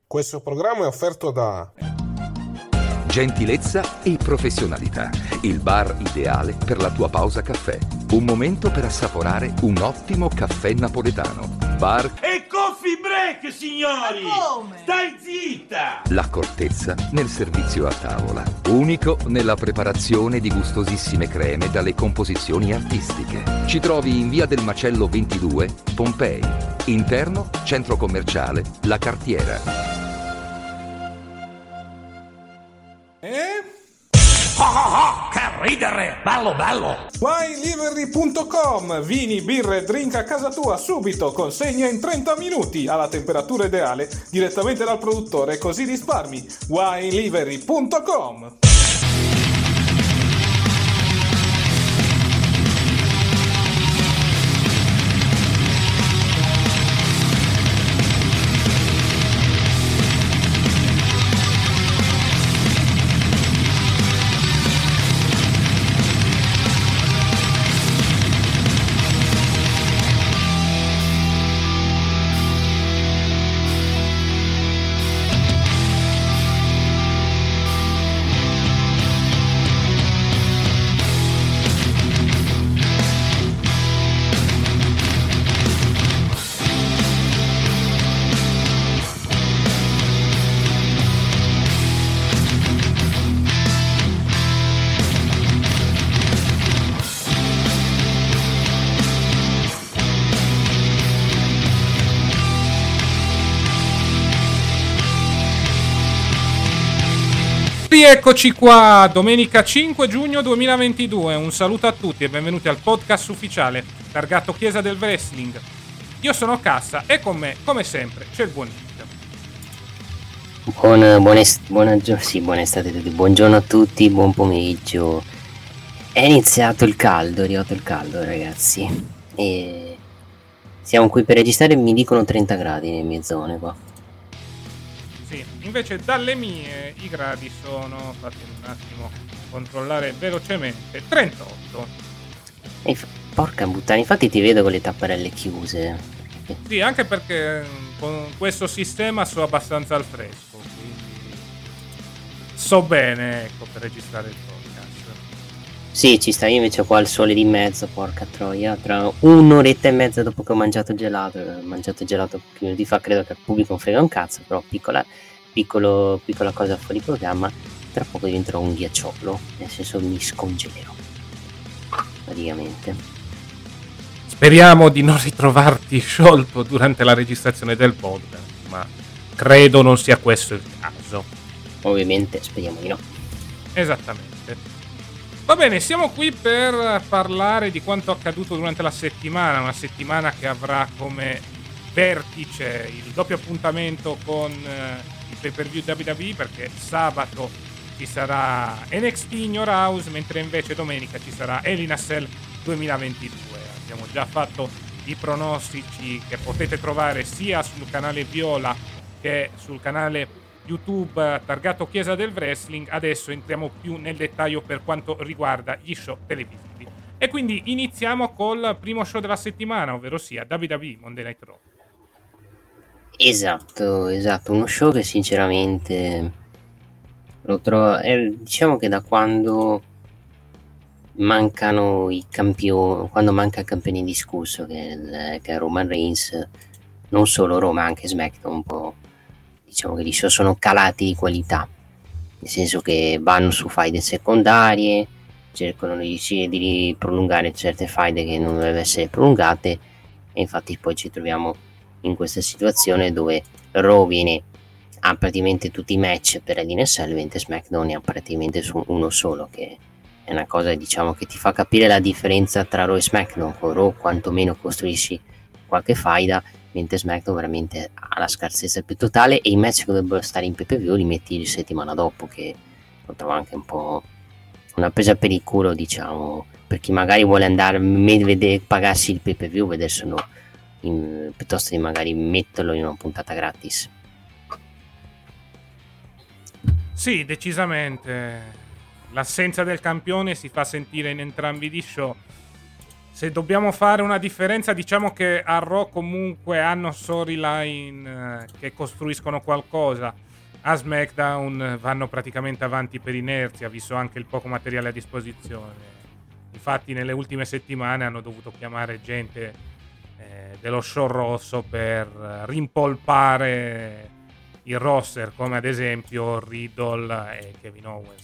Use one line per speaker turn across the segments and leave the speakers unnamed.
Questo programma è offerto da
Gentilezza e professionalità. Il bar ideale per la tua pausa caffè. Un momento per assaporare un ottimo caffè napoletano. Bar
e coffee break, signori!
Ma come?
Stai zitta!
L'accortezza nel servizio a tavola. Unico nella preparazione di gustosissime creme dalle composizioni artistiche. Ci trovi in via del Macello 22, Pompei. Interno, centro commerciale La Cartiera.
Che ridere! Bello, bello!
WineLivery.com. Vini, birre e drink a casa tua subito, consegna in 30 minuti alla temperatura ideale direttamente dal produttore, così risparmi. WineLivery.com. Eccoci qua, domenica 5 giugno 2022, un saluto a tutti e benvenuti al podcast ufficiale targato Chiesa del Wrestling. Io sono Cassa e con me, come sempre, c'è il buon Nick.
Buona estate a tutti, buongiorno a tutti, buon pomeriggio. È iniziato il caldo, è arrivato il caldo ragazzi, e siamo qui per registrare, mi dicono 30 gradi nelle mie zone qua.
Sì, invece dalle mie i gradi sono, fatemi un attimo controllare velocemente, 38.
Porca puttana, infatti ti vedo con le tapparelle chiuse.
Sì, anche perché con questo sistema so abbastanza al fresco, quindi so bene, ecco, per registrare il podcast.
Sì, ci sta, io invece qua al sole di mezzo, porca troia, tra un'oretta e mezza dopo che ho mangiato gelato più di fa, credo che al pubblico non frega un cazzo, però piccola cosa fuori programma, tra poco diventerò un ghiacciolo, nel senso mi scongelerò, praticamente.
Speriamo di non ritrovarti sciolto durante la registrazione del podcast, ma credo non sia questo il caso.
Ovviamente speriamo di no.
Esattamente. Va bene, siamo qui per parlare di quanto accaduto durante la settimana, una settimana che avrà come vertice il doppio appuntamento con il pay-per-view WWE, perché sabato ci sarà NXT in Your House, mentre invece domenica ci sarà Hell in a Cell 2022. Abbiamo già fatto i pronostici che potete trovare sia sul canale Viola che sul canale YouTube targato Chiesa del Wrestling. Adesso entriamo più nel dettaglio per quanto riguarda gli show televisivi. E quindi iniziamo col primo show della settimana, ovvero sia WWE Monday Night Raw.
Esatto, uno show che sinceramente lo trovo, diciamo che da quando mancano i campioni, quando manca il campione indiscusso che è Roman Reigns, non solo Raw ma anche SmackDown un po', diciamo che gli show sono calati di qualità, nel senso che vanno su faide secondarie, cercano di prolungare certe faide che non dovevano essere prolungate, e infatti poi ci troviamo in questa situazione dove Raw ha praticamente tutti i match per Hell in a Cell, mentre SmackDown ne ha praticamente su uno solo, che è una cosa, diciamo, che ti fa capire la differenza tra Raw e SmackDown. Con Raw quantomeno costruisci qualche faida, mentre SmackDown veramente ha la scarsezza più totale, e i match che dovrebbero stare in pay-per-view li metti la settimana dopo, che lo trovo anche un po' una presa per il culo, diciamo, per chi magari vuole andare a vedere, pagarsi il pay-per-view, vederselo piuttosto di magari metterlo in una puntata gratis.
Sì, decisamente l'assenza del campione si fa sentire in entrambi gli show. se dobbiamo fare una differenza, diciamo che a Raw comunque hanno storyline che costruiscono qualcosa. A SmackDown vanno praticamente avanti per inerzia, visto anche il poco materiale a disposizione. Infatti nelle ultime settimane hanno dovuto chiamare gente dello show rosso per rimpolpare il roster, come ad esempio Riddle e Kevin Owens.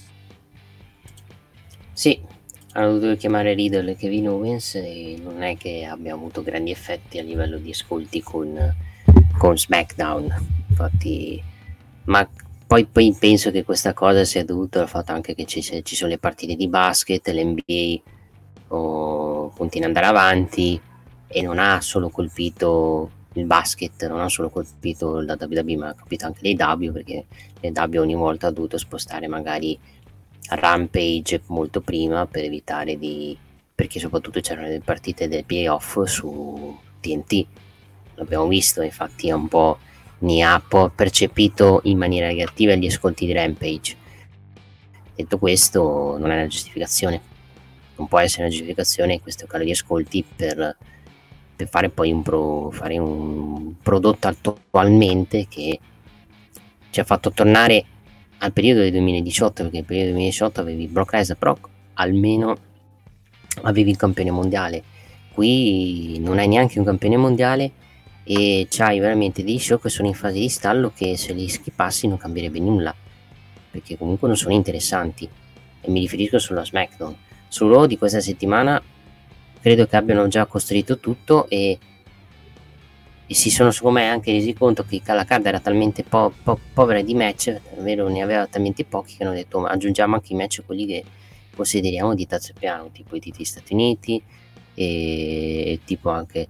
Sì, hanno dovuto chiamare Riddle e Kevin Owens e non è che abbia avuto grandi effetti a livello di ascolti con SmackDown. Infatti, ma poi penso che questa cosa sia dovuta al fatto anche che ci sono le partite di basket, l'NBA continua ad andare avanti e non ha solo colpito il basket, non ha solo colpito la WWE, ma ha colpito anche l'AEW, perché l'AEW ogni volta ha dovuto spostare magari Rampage molto prima per evitare perché soprattutto c'erano le partite del playoff su TNT, l'abbiamo visto, infatti è un po' ne ha percepito in maniera negativa gli ascolti di Rampage. Detto questo, non è una giustificazione, non può essere una giustificazione in questo calo di ascolti per fare poi un prodotto attualmente che ci ha fatto tornare al periodo del 2018, perché nel periodo del 2018 avevi Brock Lesnar, però almeno avevi il campione mondiale. Qui non hai neanche un campione mondiale e c'hai veramente dei show che sono in fase di stallo che se li skippassi non cambierebbe nulla, perché comunque non sono interessanti, e mi riferisco solo a SmackDown. Su Raw di questa settimana credo che abbiano già costruito tutto e si sono secondo me anche resi conto che la card era talmente povera di match, ovvero ne aveva talmente pochi, che hanno detto ma aggiungiamo anche i match quelli che consideriamo di terzo piano, tipo i titoli Stati Uniti e tipo anche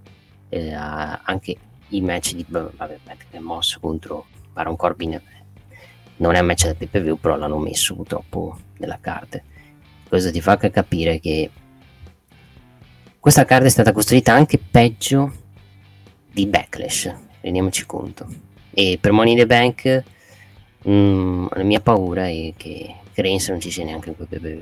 i match di Moss contro Baron Corbin. Non è un match da pay-per-view, però l'hanno messo purtroppo nella card. Questo ti fa capire che questa card è stata costruita anche peggio di Backlash, rendiamoci conto. E per Money in the Bank la mia paura è che Reigns non ci sia neanche in quel pay-per-view.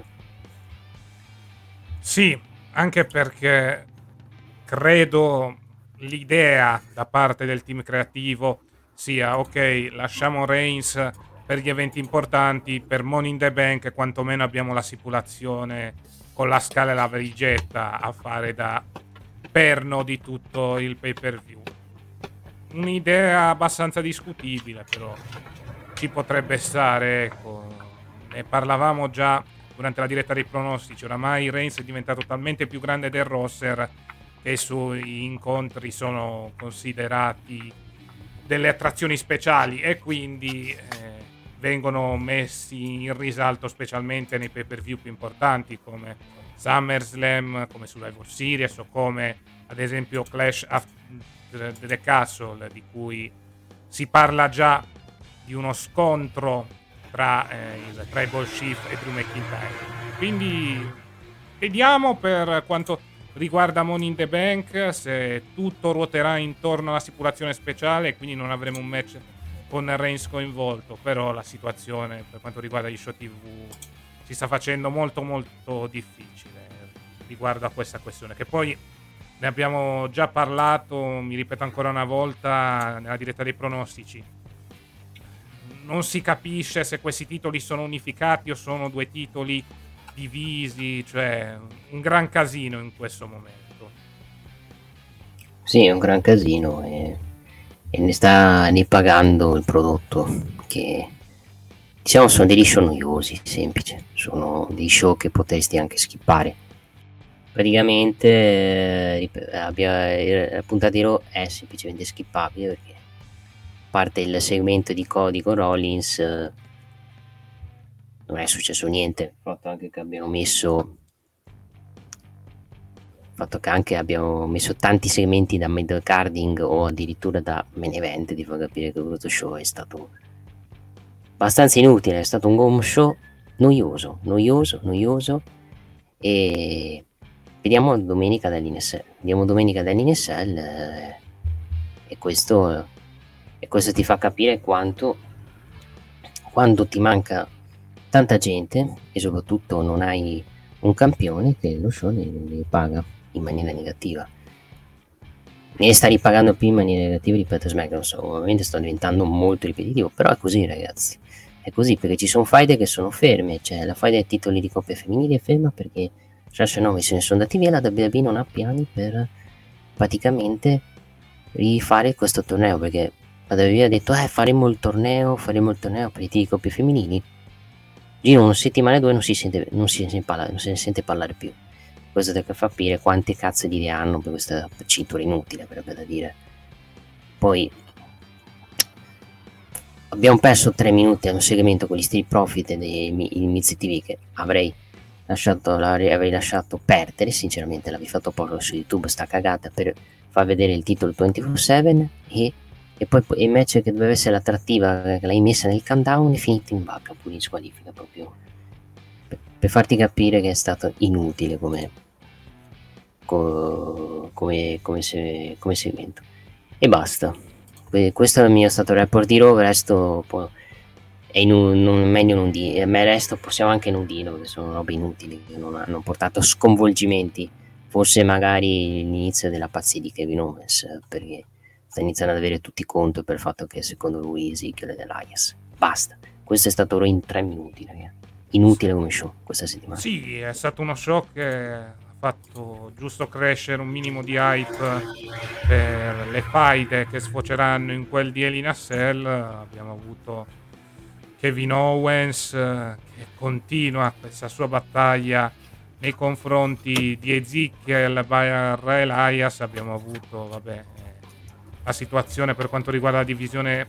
Sì, anche perché credo l'idea da parte del team creativo sia ok, lasciamo Reigns per gli eventi importanti, per Money in the Bank quantomeno abbiamo la stipulazione con la scala e la valigetta a fare da perno di tutto il pay per view. Un'idea abbastanza discutibile, però ci potrebbe stare, ecco. Ne parlavamo già durante la diretta dei pronostici. Oramai Reigns è diventato talmente più grande del roster che sui incontri sono considerati delle attrazioni speciali e quindi vengono messi in risalto specialmente nei pay per view più importanti come SummerSlam, come Survivor Series o come ad esempio Clash of the Castle, di cui si parla già di uno scontro tra il Tribal Chief e Drew McIntyre. Quindi vediamo per quanto riguarda Money in the Bank se tutto ruoterà intorno alla stipulazione speciale e quindi non avremo un match con Reigns coinvolto, però la situazione per quanto riguarda gli show TV si sta facendo molto molto difficile riguardo a questa questione, che poi ne abbiamo già parlato, mi ripeto ancora una volta, nella diretta dei pronostici. Non si capisce se questi titoli sono unificati o sono due titoli divisi, cioè un gran casino in questo momento.
Sì, è un gran casino e ne sta pagando il prodotto, che diciamo sono degli show noiosi, semplici, sono dei show che potresti anche skippare. Praticamente la puntata di Raw è semplicemente skippabile, perché a parte il segmento di Cody con Rollins non è successo niente. Il fatto anche che abbiamo messo tanti segmenti da middle carding o addirittura da main event ti fa capire che questo show è stato abbastanza inutile, è stato un home show noioso e vediamo domenica dall'INSL. E questo ti fa capire quando ti manca tanta gente e soprattutto non hai un campione che lo show ne paga. in maniera negativa. Ne sta ripagando più in maniera negativa rispetto a SmackDown. Ovviamente sto diventando molto ripetitivo, però è così, ragazzi. È così perché ci sono faide che sono ferme. Cioè, la faida dei titoli di coppia femminili è ferma perché Sasha e Naomi se ne sono andati via. La WWE non ha piani per praticamente rifare questo torneo, perché la WWE ha detto faremo il torneo per i titoli di coppie femminili. Giro una settimana o due non si ne sente parlare più. Questo deve far capire quante cazzo di idee hanno per questa cintura inutile, avrebbe da dire. Poi abbiamo perso 3 minuti a un segmento con gli Street Profit e dei Miz TV che avrei lasciato perdere, sinceramente. L'avevi fatto poco su YouTube sta cagata per far vedere il titolo 24/7 e poi il match che doveva essere l'attrattiva che l'hai messa nel countdown è finito in vacca, pure in squalifica, proprio per farti capire che è stato inutile come segmento. E basta. Questo è il mio stato report di Raw. Il resto è meglio non dire. Il resto possiamo anche non dirlo perché sono robe inutili che non hanno portato sconvolgimenti. Forse magari l'inizio della pazzia di Kevin Owens, perché sta iniziando ad avere tutti conto per il fatto che secondo lui Ezekiel è dell'Alias. Basta. Questo è stato Raw in 3 minuti, ragazzi. Inutile come show questa settimana.
Sì, è stato uno show che ha fatto giusto crescere un minimo di hype per le faide che sfoceranno in quel di Hell in a Cell. Abbiamo avuto Kevin Owens che continua questa sua battaglia nei confronti di Ezekiel barra Elias. Abbiamo avuto la situazione per quanto riguarda la divisione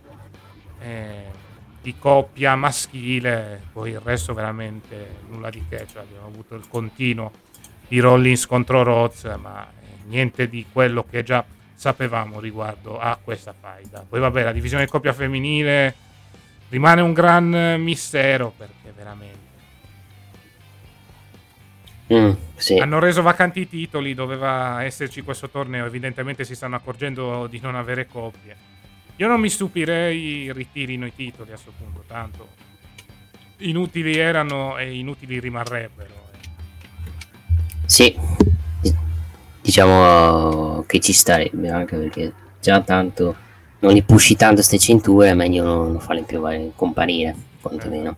di coppia maschile, poi il resto veramente nulla di che. Cioè, abbiamo avuto il continuo di Rollins contro Rhodes, ma niente di quello che già sapevamo riguardo a questa faida. Poi la divisione di coppia femminile rimane un gran mistero perché veramente
sì.
hanno reso vacanti i titoli, doveva esserci questo torneo, evidentemente si stanno accorgendo di non avere coppie. Io non mi stupirei ritirino i titoli a questo punto, tanto inutili erano e inutili rimarrebbero.
Sì, diciamo che ci starebbe, anche perché già tanto non li pushi tanto ste cinture, è meglio non farle più comparire, quantomeno.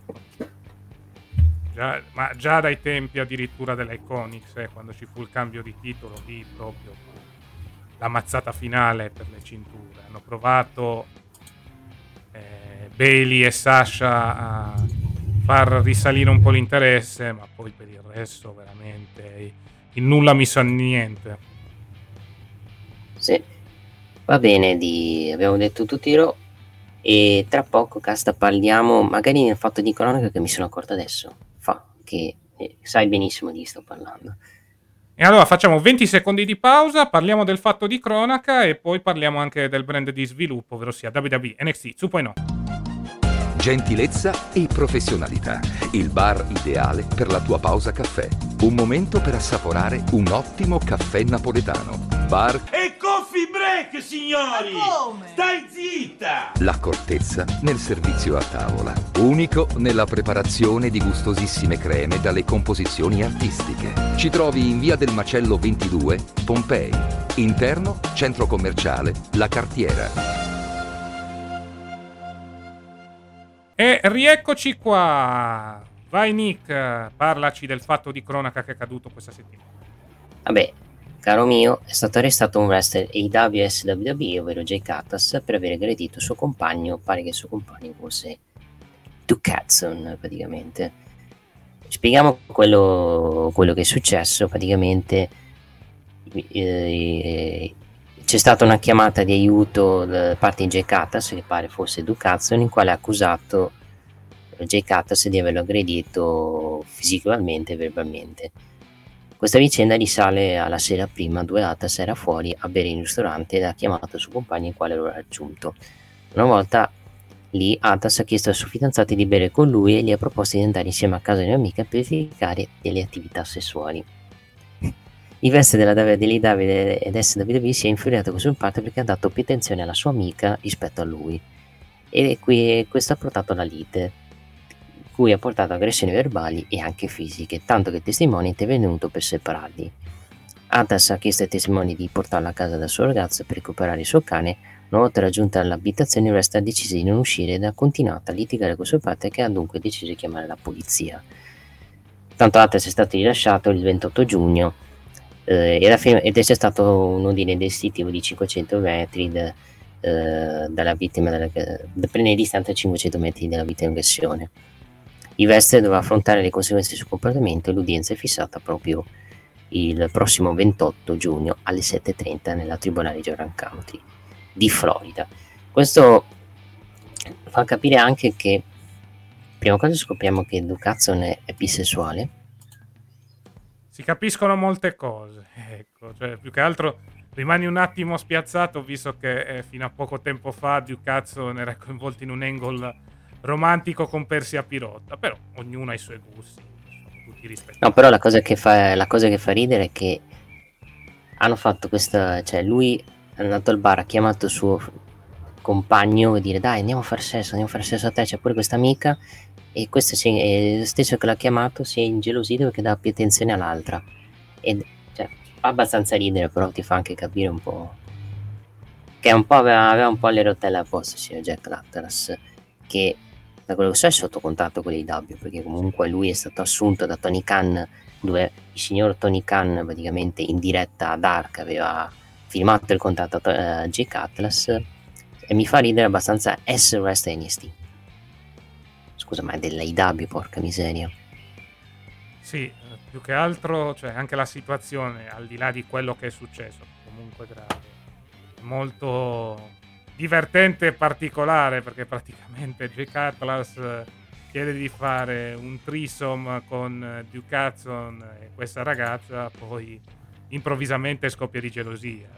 Ma già dai tempi addirittura dell'Iconics, quando ci fu il cambio di titolo, lì proprio la mazzata finale per le cinture. Hanno provato Bayley e Sasha a far risalire un po' l'interesse, ma poi per il resto veramente il nulla misso a niente.
Sì, va bene, abbiamo detto tutti i Raw e tra poco casta parliamo magari nel fatto di cronaca che mi sono accorto adesso che sai benissimo di chi sto parlando.
E allora facciamo 20 secondi di pausa, parliamo del fatto di cronaca e poi parliamo anche del brand di sviluppo, ovvero sia WWE NXT 2.0.
Gentilezza e professionalità. Il bar ideale per la tua pausa caffè. Un momento per assaporare un ottimo caffè napoletano. Bar
E coffee break, signori!
Ma come?
Stai zitta!
L'accortezza nel servizio a tavola. Unico nella preparazione di gustosissime creme dalle composizioni artistiche. Ci trovi in via del Macello 22, Pompei. Interno, centro commerciale, La Cartiera.
E rieccoci qua. Vai Nick, parlaci del fatto di cronaca che è accaduto questa settimana.
Vabbè, caro mio, è stato arrestato un wrestler AEW e WWE, ovvero Jay Katas, per aver aggredito il suo compagno. Pare che il suo compagno fosse Duke Hudson, praticamente. Spieghiamo quello che è successo. Praticamente c'è stata una chiamata di aiuto da parte di Jay Katas, che pare fosse Duke Hudson, in quale ha accusato Jay Katas di averlo aggredito fisicamente e verbalmente. Questa vicenda risale alla sera prima, dove Atas era fuori a bere in ristorante ed ha chiamato il suo compagno, il quale lo ha raggiunto. Una volta lì Atas ha chiesto al suo fidanzato di bere con lui e gli ha proposto di andare insieme a casa di un'amica per verificare delle attività sessuali. Il veste dell'AEW ed SWW si è infuriato con suo padre perché ha dato più attenzione alla sua amica rispetto a lui, e questo ha portato alla lite, cui ha portato aggressioni verbali e anche fisiche, tanto che il testimone è intervenuto per separarli. Atlas ha chiesto ai testimoni di portarla a casa dal suo ragazzo per recuperare il suo cane. Una volta raggiunta l'abitazione, Rest ha deciso di non uscire ed ha continuato a litigare con suo padre, che ha dunque deciso di chiamare la polizia. Tanto Atlas è stato rilasciato il 28 giugno ed è stato un ordine destinativo di 500 metri dalla vittima, prende distanza 500 metri dalla vittima in aggressione. Il West doveva affrontare le conseguenze del suo comportamento e l'udienza è fissata proprio il prossimo 28 giugno alle 7:30 nella tribunale di Orange County di Florida. Questo fa capire anche che, prima cosa, scopriamo che Duke Hudson è bisessuale.
Si capiscono molte cose, ecco, cioè più che altro rimani un attimo spiazzato, visto che fino a poco tempo fa Duke Hudson era coinvolto in un angle romantico con Persia Pirotta, però ognuno ha i suoi gusti, tutti rispettati.
No, però la cosa che fa ridere è che hanno fatto questa, cioè lui è andato al bar, ha chiamato il suo compagno e dire dai andiamo a fare sesso a te, c'è pure questa amica, e questo lo stesso che l'ha chiamato si è ingelosito perché dà più attenzione all'altra, e cioè, fa abbastanza ridere, però ti fa anche capire un po' che aveva un po' le rotelle a posto, signor Jack Atlas, che da quello che so è sotto contratto con l'AEW, perché comunque lui è stato assunto da Tony Khan, dove il signor Tony Khan praticamente in diretta a Dark aveva firmato il contratto a Jake Atlas, e mi fa ridere abbastanza SRS NXT. Scusa, ma è dell'AEW, porca miseria.
Sì, più che altro, cioè anche la situazione, al di là di quello che è successo, comunque grave, è molto divertente e particolare, perché praticamente Jake Atlas chiede di fare un threesome con Duke Hudson e questa ragazza, poi improvvisamente scoppia di gelosia,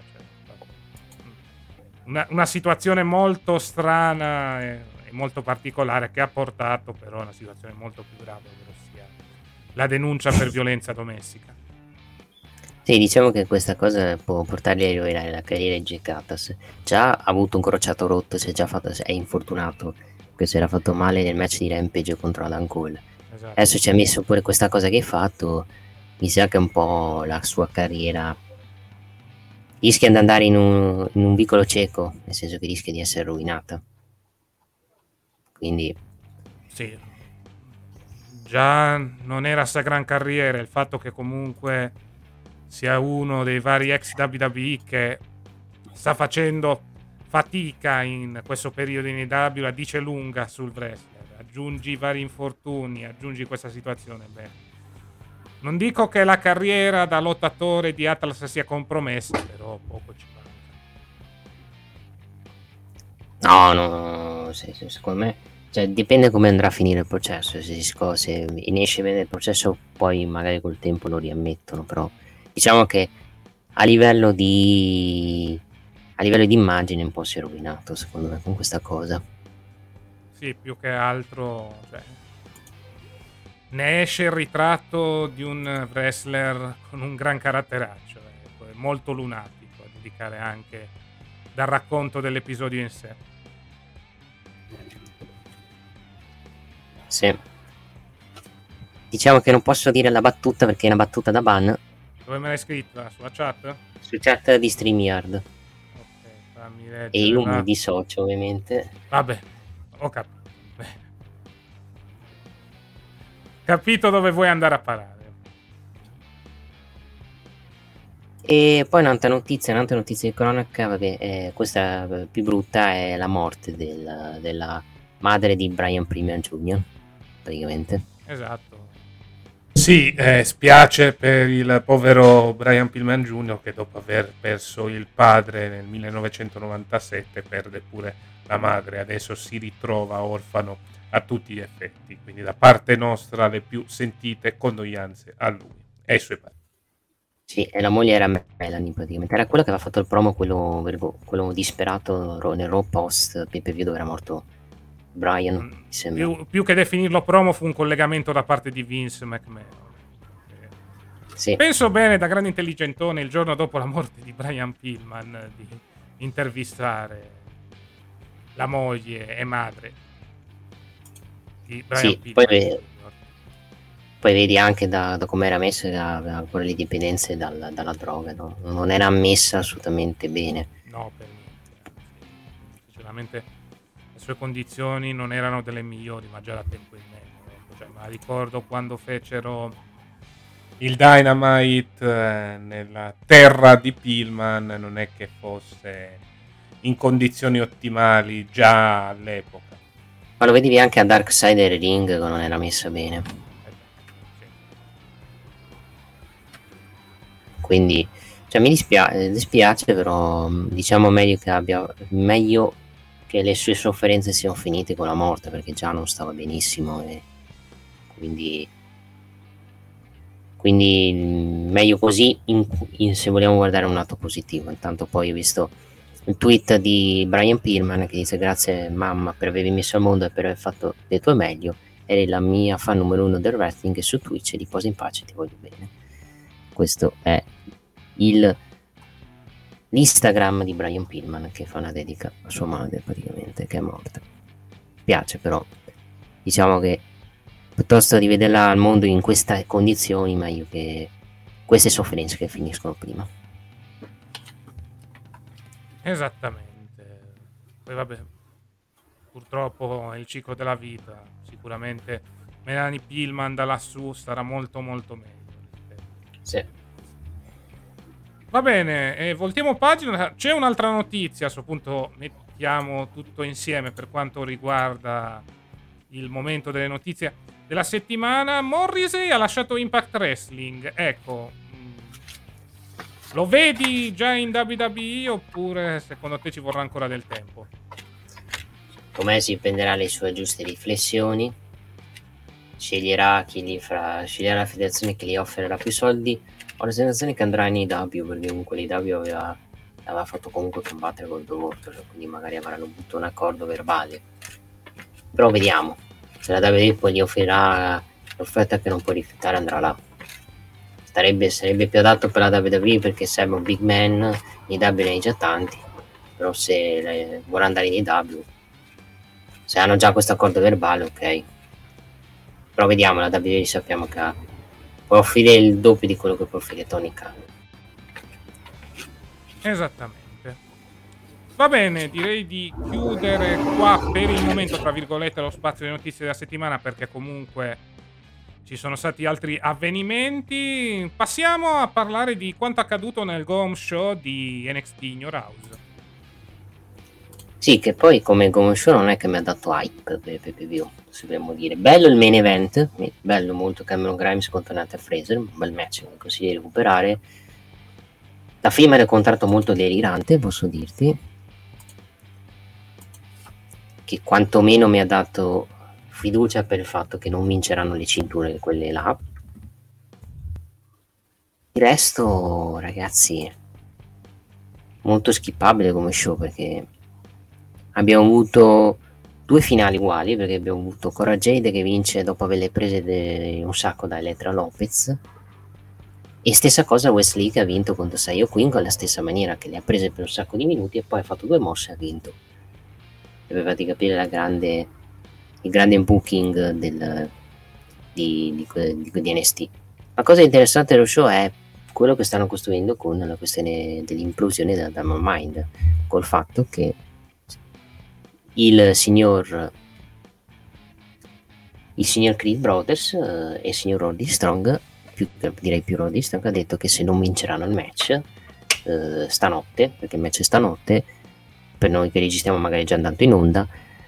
cioè, una situazione molto strana e molto particolare, che ha portato però a una situazione molto più grave, ovvero sia la denuncia per violenza domestica.
Sì, diciamo che questa cosa può portargli a rovinare la carriera di Jake Atlas. Già ha avuto un crociato rotto, è infortunato, che si era fatto male nel match di Rampage contro Adam Cole. Esatto. Adesso ci ha messo pure questa cosa che hai fatto, mi sa che un po' la sua carriera rischia di andare in un vicolo cieco, nel senso che rischia di essere rovinata. Quindi
sì, già non era sta gran carriera, il fatto che comunque sia uno dei vari ex WWE che sta facendo fatica in questo periodo in AEW la dice lunga sul wrestler. Aggiungi vari infortuni, aggiungi questa situazione, beh, non dico che la carriera da lottatore di Atlas sia compromessa, però poco ci
manca. No, secondo me, cioè, dipende come andrà a finire il processo. Se esce bene il processo, poi magari col tempo lo riammettono, però diciamo che a livello di immagine un po' si è rovinato, secondo me, con questa cosa.
Sì, più che altro, cioè, ne esce il ritratto di un wrestler con un gran caratteraccio, è molto lunatico, a giudicare anche dal racconto dell'episodio in sé.
Sì. Diciamo che non posso dire la battuta perché è una battuta da ban.
Dove me l'hai scritta? Sulla chat?
Su chat di StreamYard.
Ok, fammi leggere.
E io mi dissocio, ovviamente.
Vabbè, ho capito. Capito dove vuoi andare a parare.
E poi un'altra notizia di cronaca, vabbè, questa più brutta, è la morte della madre di Brian Pillman Jr., praticamente.
Esatto. Sì, spiace per il povero Brian Pillman Jr. che dopo aver perso il padre nel 1997 perde pure la madre, adesso si ritrova orfano a tutti gli effetti, quindi da parte nostra le più sentite condoglianze a lui e ai suoi padri.
Sì, e la moglie era Melanie, praticamente era quella che aveva fatto il promo, quello disperato nel Raw post pay-per-view dove era morto Brian, mi sembra.
Più che definirlo promo fu un collegamento da parte di Vince McMahon. Sì. Penso bene, da grande intelligentone, il giorno dopo la morte di Brian Pillman, di intervistare la moglie e madre di Brian Pillman.
Poi vedi anche da come era messo, aveva ancora le dipendenze dalla droga, no? Non era ammessa assolutamente bene.
No, per niente. Sinceramente le sue condizioni non erano delle migliori, ma già da tempo in memoria. Ecco. Cioè, ma ricordo quando fecero il Dynamite nella terra di Pillman, non è che fosse in condizioni ottimali già all'epoca.
Ma lo vedevi anche a Darksider Ring che non era messa bene.
Sì.
Quindi cioè, mi dispiace, però diciamo meglio che le sue sofferenze siano finite con la morte, perché già non stava benissimo e quindi meglio così se vogliamo guardare un lato positivo. Intanto poi ho visto il tweet di Brian Pillman che dice: grazie mamma per avermi messo al mondo e per aver fatto del tuo meglio, eri la mia fan numero 1 del wrestling e su Twitch, riposa in pace, ti voglio bene. Questo è l'Instagram di Brian Pillman, che fa una dedica a sua madre praticamente, che è morta. Piace, però diciamo che piuttosto di vederla al mondo in queste condizioni, meglio che queste sofferenze che finiscono prima.
Esattamente. Poi vabbè, purtroppo è il ciclo della vita. Sicuramente Melanie Pillman da lassù sarà molto molto meglio.
Sì.
Va bene, voltiamo pagina. C'è un'altra notizia, a questo punto mettiamo tutto insieme per quanto riguarda il momento delle notizie della settimana. Morrissey ha lasciato Impact Wrestling. Ecco, lo vedi già in WWE oppure secondo te ci vorrà ancora del tempo?
Come si prenderà le sue giuste riflessioni, sceglierà la federazione che gli offrirà più soldi. Ho la sensazione che andrà in AEW, perché comunque l'AEW aveva fatto comunque combattere con Orton, quindi magari avranno avuto un accordo verbale. Però vediamo, se la WWE poi gli offrirà l'offerta che non può rifiutare, andrà là. Sarebbe più adatto per la WWE, perché serve un big man, in AEW ne hai già tanti, però se vuole andare in AEW, se hanno già questo accordo verbale, ok. Però vediamo, la WWE sappiamo che può offrire il doppio di quello che può offrire Tony Khan.
Esattamente. Va bene, direi di chiudere qua per il momento, tra virgolette, lo spazio delle notizie della settimana, perché comunque ci sono stati altri avvenimenti. Passiamo a parlare di quanto accaduto nel Go Home Show di NXT in Your House.
Sì, che poi come show non è che mi ha dato hype per PPV, se dobbiamo dire. Bello il main event, bello molto Cameron Grimes contro Nathan Fraser, un bel match, mi consiglio di recuperare. La firma del contratto molto delirante, posso dirti, che quantomeno mi ha dato fiducia per il fatto che non vinceranno le cinture, quelle là. Il resto, ragazzi, molto skippabile come show, perché abbiamo avuto due finali uguali, perché abbiamo avuto Cora Jade che vince dopo averle prese un sacco da Elettra Lopez, e stessa cosa Wesley che ha vinto contro Sayo Queen con la stessa maniera, che le ha prese per un sacco di minuti e poi ha fatto due mosse e ha vinto. Doveva di capire il grande booking di NXT. La cosa interessante dello show è quello che stanno costruendo con la questione dell'implosione da Diamond Mind, col fatto che il signor Creed Brothers e il signor Roddy Strong, più Roddy Strong, ha detto che se non vinceranno il match stanotte, perché il match è stanotte, per noi che registriamo magari già andando in onda,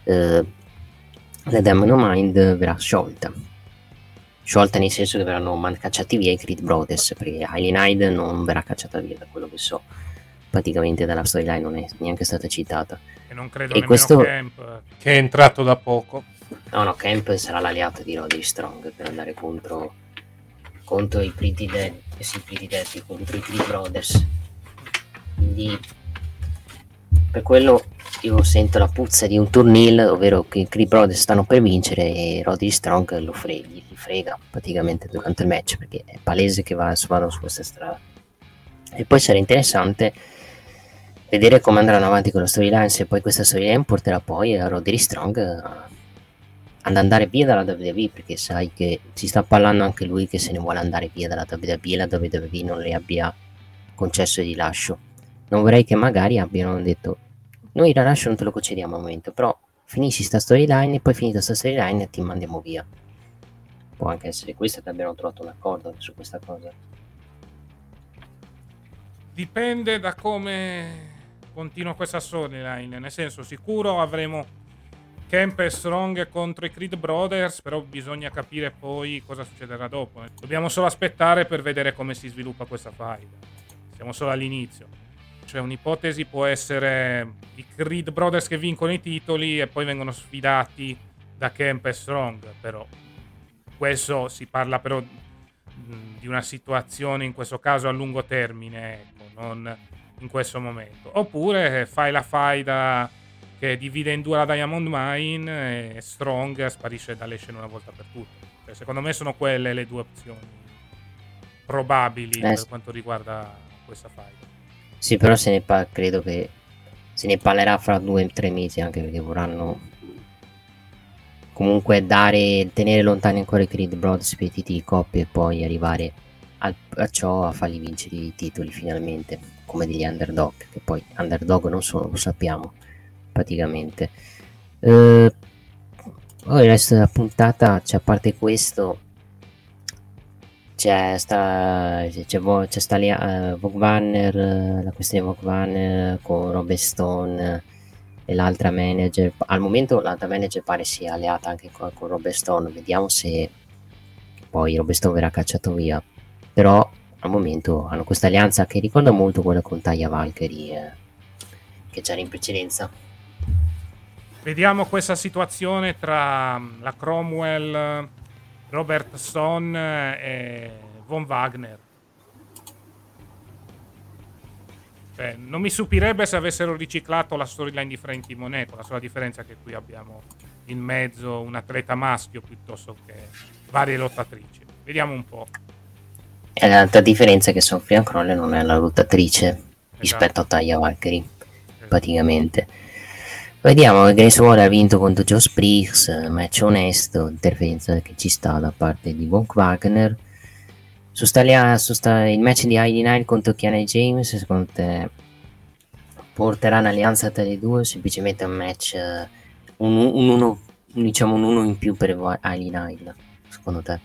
la Diamond Mind verrà sciolta nel senso che verranno cacciati via i Creed Brothers, perché Aileen Hyde non verrà cacciata via, da quello che so. Praticamente dalla storyline non è neanche stata citata.
E non credo
e
nemmeno
questo...
Camp, che è entrato da poco.
No, Camp sarà l'alleato di Roddy Strong per andare contro i Pretty Dead, contro i Creed Brothers. Quindi per quello io sento la puzza di un turnil, ovvero che i Creed Brothers stanno per vincere e Roddy Strong gli frega praticamente durante il match, perché è palese che vado su questa strada. E poi sarà interessante vedere come andranno avanti con la storyline, se poi questa storyline porterà poi a Roddy Strong ad andare via dalla WWE, perché sai che si sta parlando anche lui che se ne vuole andare via dalla WWE e la WWE non le abbia concesso il rilascio. Non vorrei che magari abbiano detto noi il rilascio non te lo concediamo al momento, però finisci sta storyline e poi finita sta storyline ti mandiamo via. Può anche essere questo che abbiano trovato un accordo su questa cosa.
Dipende da come continua questa storyline, nel senso, sicuro avremo Kemp e Strong contro i Creed Brothers, però bisogna capire poi cosa succederà dopo. Dobbiamo solo aspettare per vedere come si sviluppa questa fight. Siamo solo all'inizio. Cioè, un'ipotesi può essere i Creed Brothers che vincono i titoli e poi vengono sfidati da Kemp e Strong, però questo si parla però di una situazione in questo caso a lungo termine, ecco, non in questo momento. Oppure fai la faida che divide in due la Diamond Mine e Strong sparisce dalle scene una volta per tutte. Cioè, secondo me sono quelle le due opzioni probabili per quanto riguarda questa faida.
Sì, però credo che se ne parlerà fra 2 o 3 mesi, anche perché vorranno comunque tenere lontani ancora i Creed Brothers per i titoli di coppia e poi arrivare a ciò, a fargli vincere i titoli finalmente, come degli underdog, che poi underdog non sono, lo sappiamo praticamente. Poi il resto della puntata, cioè, a parte questo, c'è Vogue Banner, la questione Vogue Banner con Rob Stone e l'altra manager. Al momento l'altra manager pare sia alleata anche con Rob Stone, vediamo se poi Rob Stone verrà cacciato via, però al momento hanno questa alleanza che ricorda molto quella con Taya Valkyrie che c'era in precedenza.
Vediamo questa situazione tra la Cromwell, Robert Stone e Von Wagner. Cioè, non mi stupirebbe se avessero riciclato la storyline di Frankie Monaco, la sola differenza è che qui abbiamo in mezzo un atleta maschio piuttosto che varie lottatrici. Vediamo un po'.
E l'altra differenza è che Sofia Crowley non è la lottatrice rispetto a Taya Valkyrie, praticamente. Vediamo che Grace Waller ha vinto contro Joe Spriggs, match onesto, interferenza che ci sta da parte di Von Wagner. Il match di Heidi Nile contro Kiana James, secondo te porterà un'alleanza tra le due o semplicemente un match un uno in più per Heidi Nile, secondo te?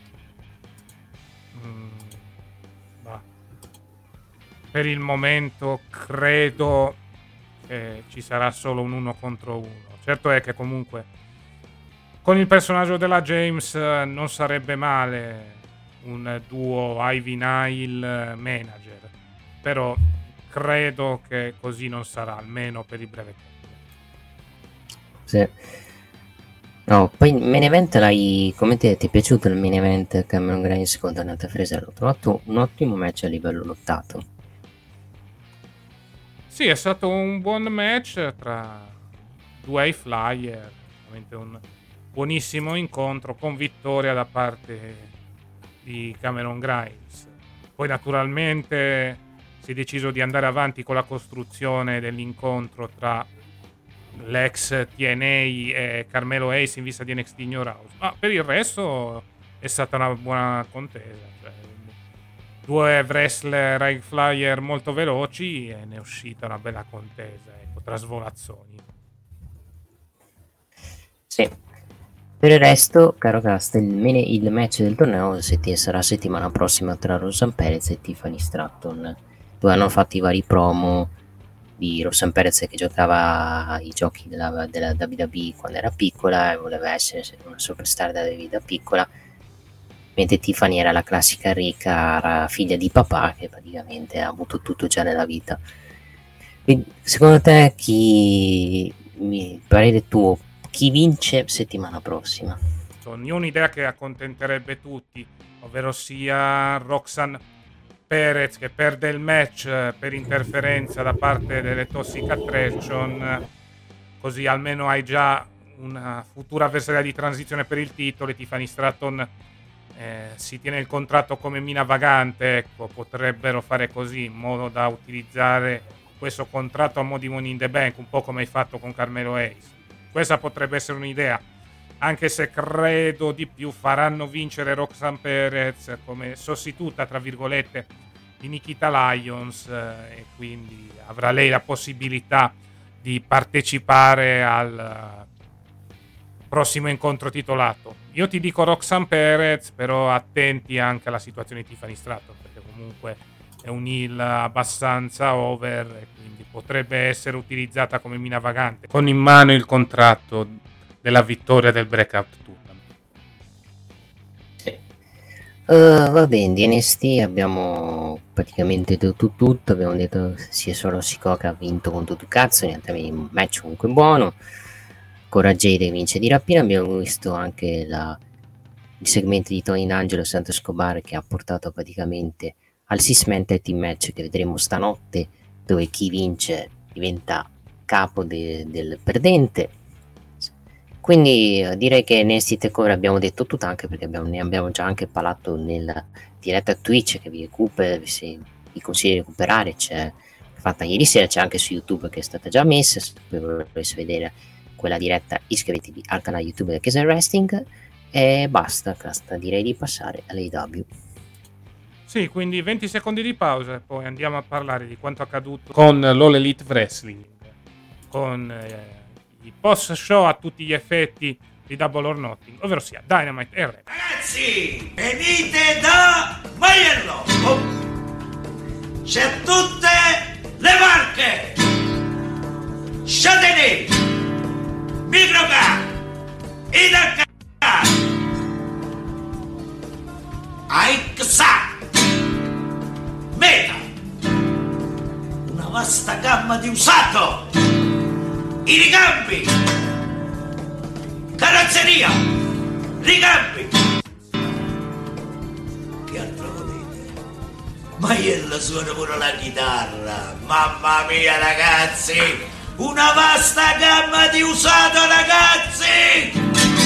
Per il momento credo che ci sarà solo un 1 contro 1. Certo è che comunque con il personaggio della James non sarebbe male un duo Ivy Nile manager, però credo che così non sarà, almeno per il breve tempo.
Sì. No, poi il main event come ti è piaciuto il main event Cameron Grimes contro Nata Fraser? L'ho trovato un ottimo match a livello lottato.
Sì, è stato un buon match tra due high flyer, veramente un buonissimo incontro con vittoria da parte di Cameron Grimes. Poi naturalmente si è deciso di andare avanti con la costruzione dell'incontro tra l'ex TNA e Carmelo Hayes in vista di NXT New House, ma per il resto è stata una buona contesa, cioè, due wrestler high flyer molto veloci e ne è uscita una bella contesa, ecco, tra svolazzoni.
Sì. Per il resto, caro Cast, il match del torneo sarà settimana prossima tra Roxanne Perez e Tiffany Stratton, dove hanno fatto i vari promo di Roxanne Perez che giocava ai giochi della WWE quando era piccola e voleva essere una superstar da WWE da piccola, mentre Tiffany era la classica ricca figlia di papà che praticamente ha avuto tutto già nella vita. Quindi, secondo te parere tuo, chi vince settimana prossima?
Io ho un'idea che accontenterebbe tutti, ovvero sia Roxanne Perez che perde il match per interferenza da parte delle Toxic Attraction, così almeno hai già una futura avversaria di transizione per il titolo. E Tiffany Stratton si tiene il contratto come mina vagante, ecco, potrebbero fare così in modo da utilizzare questo contratto a mo' di Money in the Bank, un po' come hai fatto con Carmelo Hayes. Questa potrebbe essere un'idea. anche se credo di più faranno vincere Roxanne Perez come sostituta, tra virgolette, di Nikita Lyons, e quindi avrà lei la possibilità di partecipare al prossimo incontro titolato. Io ti dico Roxanne Perez, però attenti anche alla situazione di Tiffany Stratton, perché comunque è un heel abbastanza over e quindi potrebbe essere utilizzata come mina vagante, con in mano il contratto della vittoria del Breakout Tournament.
Sì. Va bene, di NXT abbiamo praticamente detto tutto. Abbiamo detto sia solo Sikoa che ha vinto con tutto il cazzo, niente, un match comunque buono. Cora Jade che vince di rapina. Abbiamo visto anche il segmento di Tony D'Angelo e Santos Escobar, che ha portato praticamente al 6-man tag team match che vedremo stanotte, dove chi vince diventa capo del perdente. Quindi direi che NXT TakeOver abbiamo detto tutto, anche perché ne abbiamo già anche parlato nella diretta Twitch che vi consiglio di recuperare, c'è fatta ieri sera, c'è anche su YouTube che è stata già messa. Se volete vedere quella diretta iscrivetevi al canale YouTube del Casey Wrestling. E basta, direi di passare all'AEW.
Sì, quindi 20 secondi di pausa e poi andiamo a parlare di quanto accaduto con l'All Elite Wrestling, con i post show a tutti gli effetti di Double or Nothing, ovvero sia Dynamite e Raw.
Ragazzi, venite da Maiello! C'è tutte le marche! Châtenay, Microcar, Idacar, Aixa, Meta, una vasta gamma di usato, i ricambi, carrozzeria, ricambi. Che altro volete? Maiello suona pure la chitarra, mamma mia ragazzi, una vasta gamma di usato ragazzi!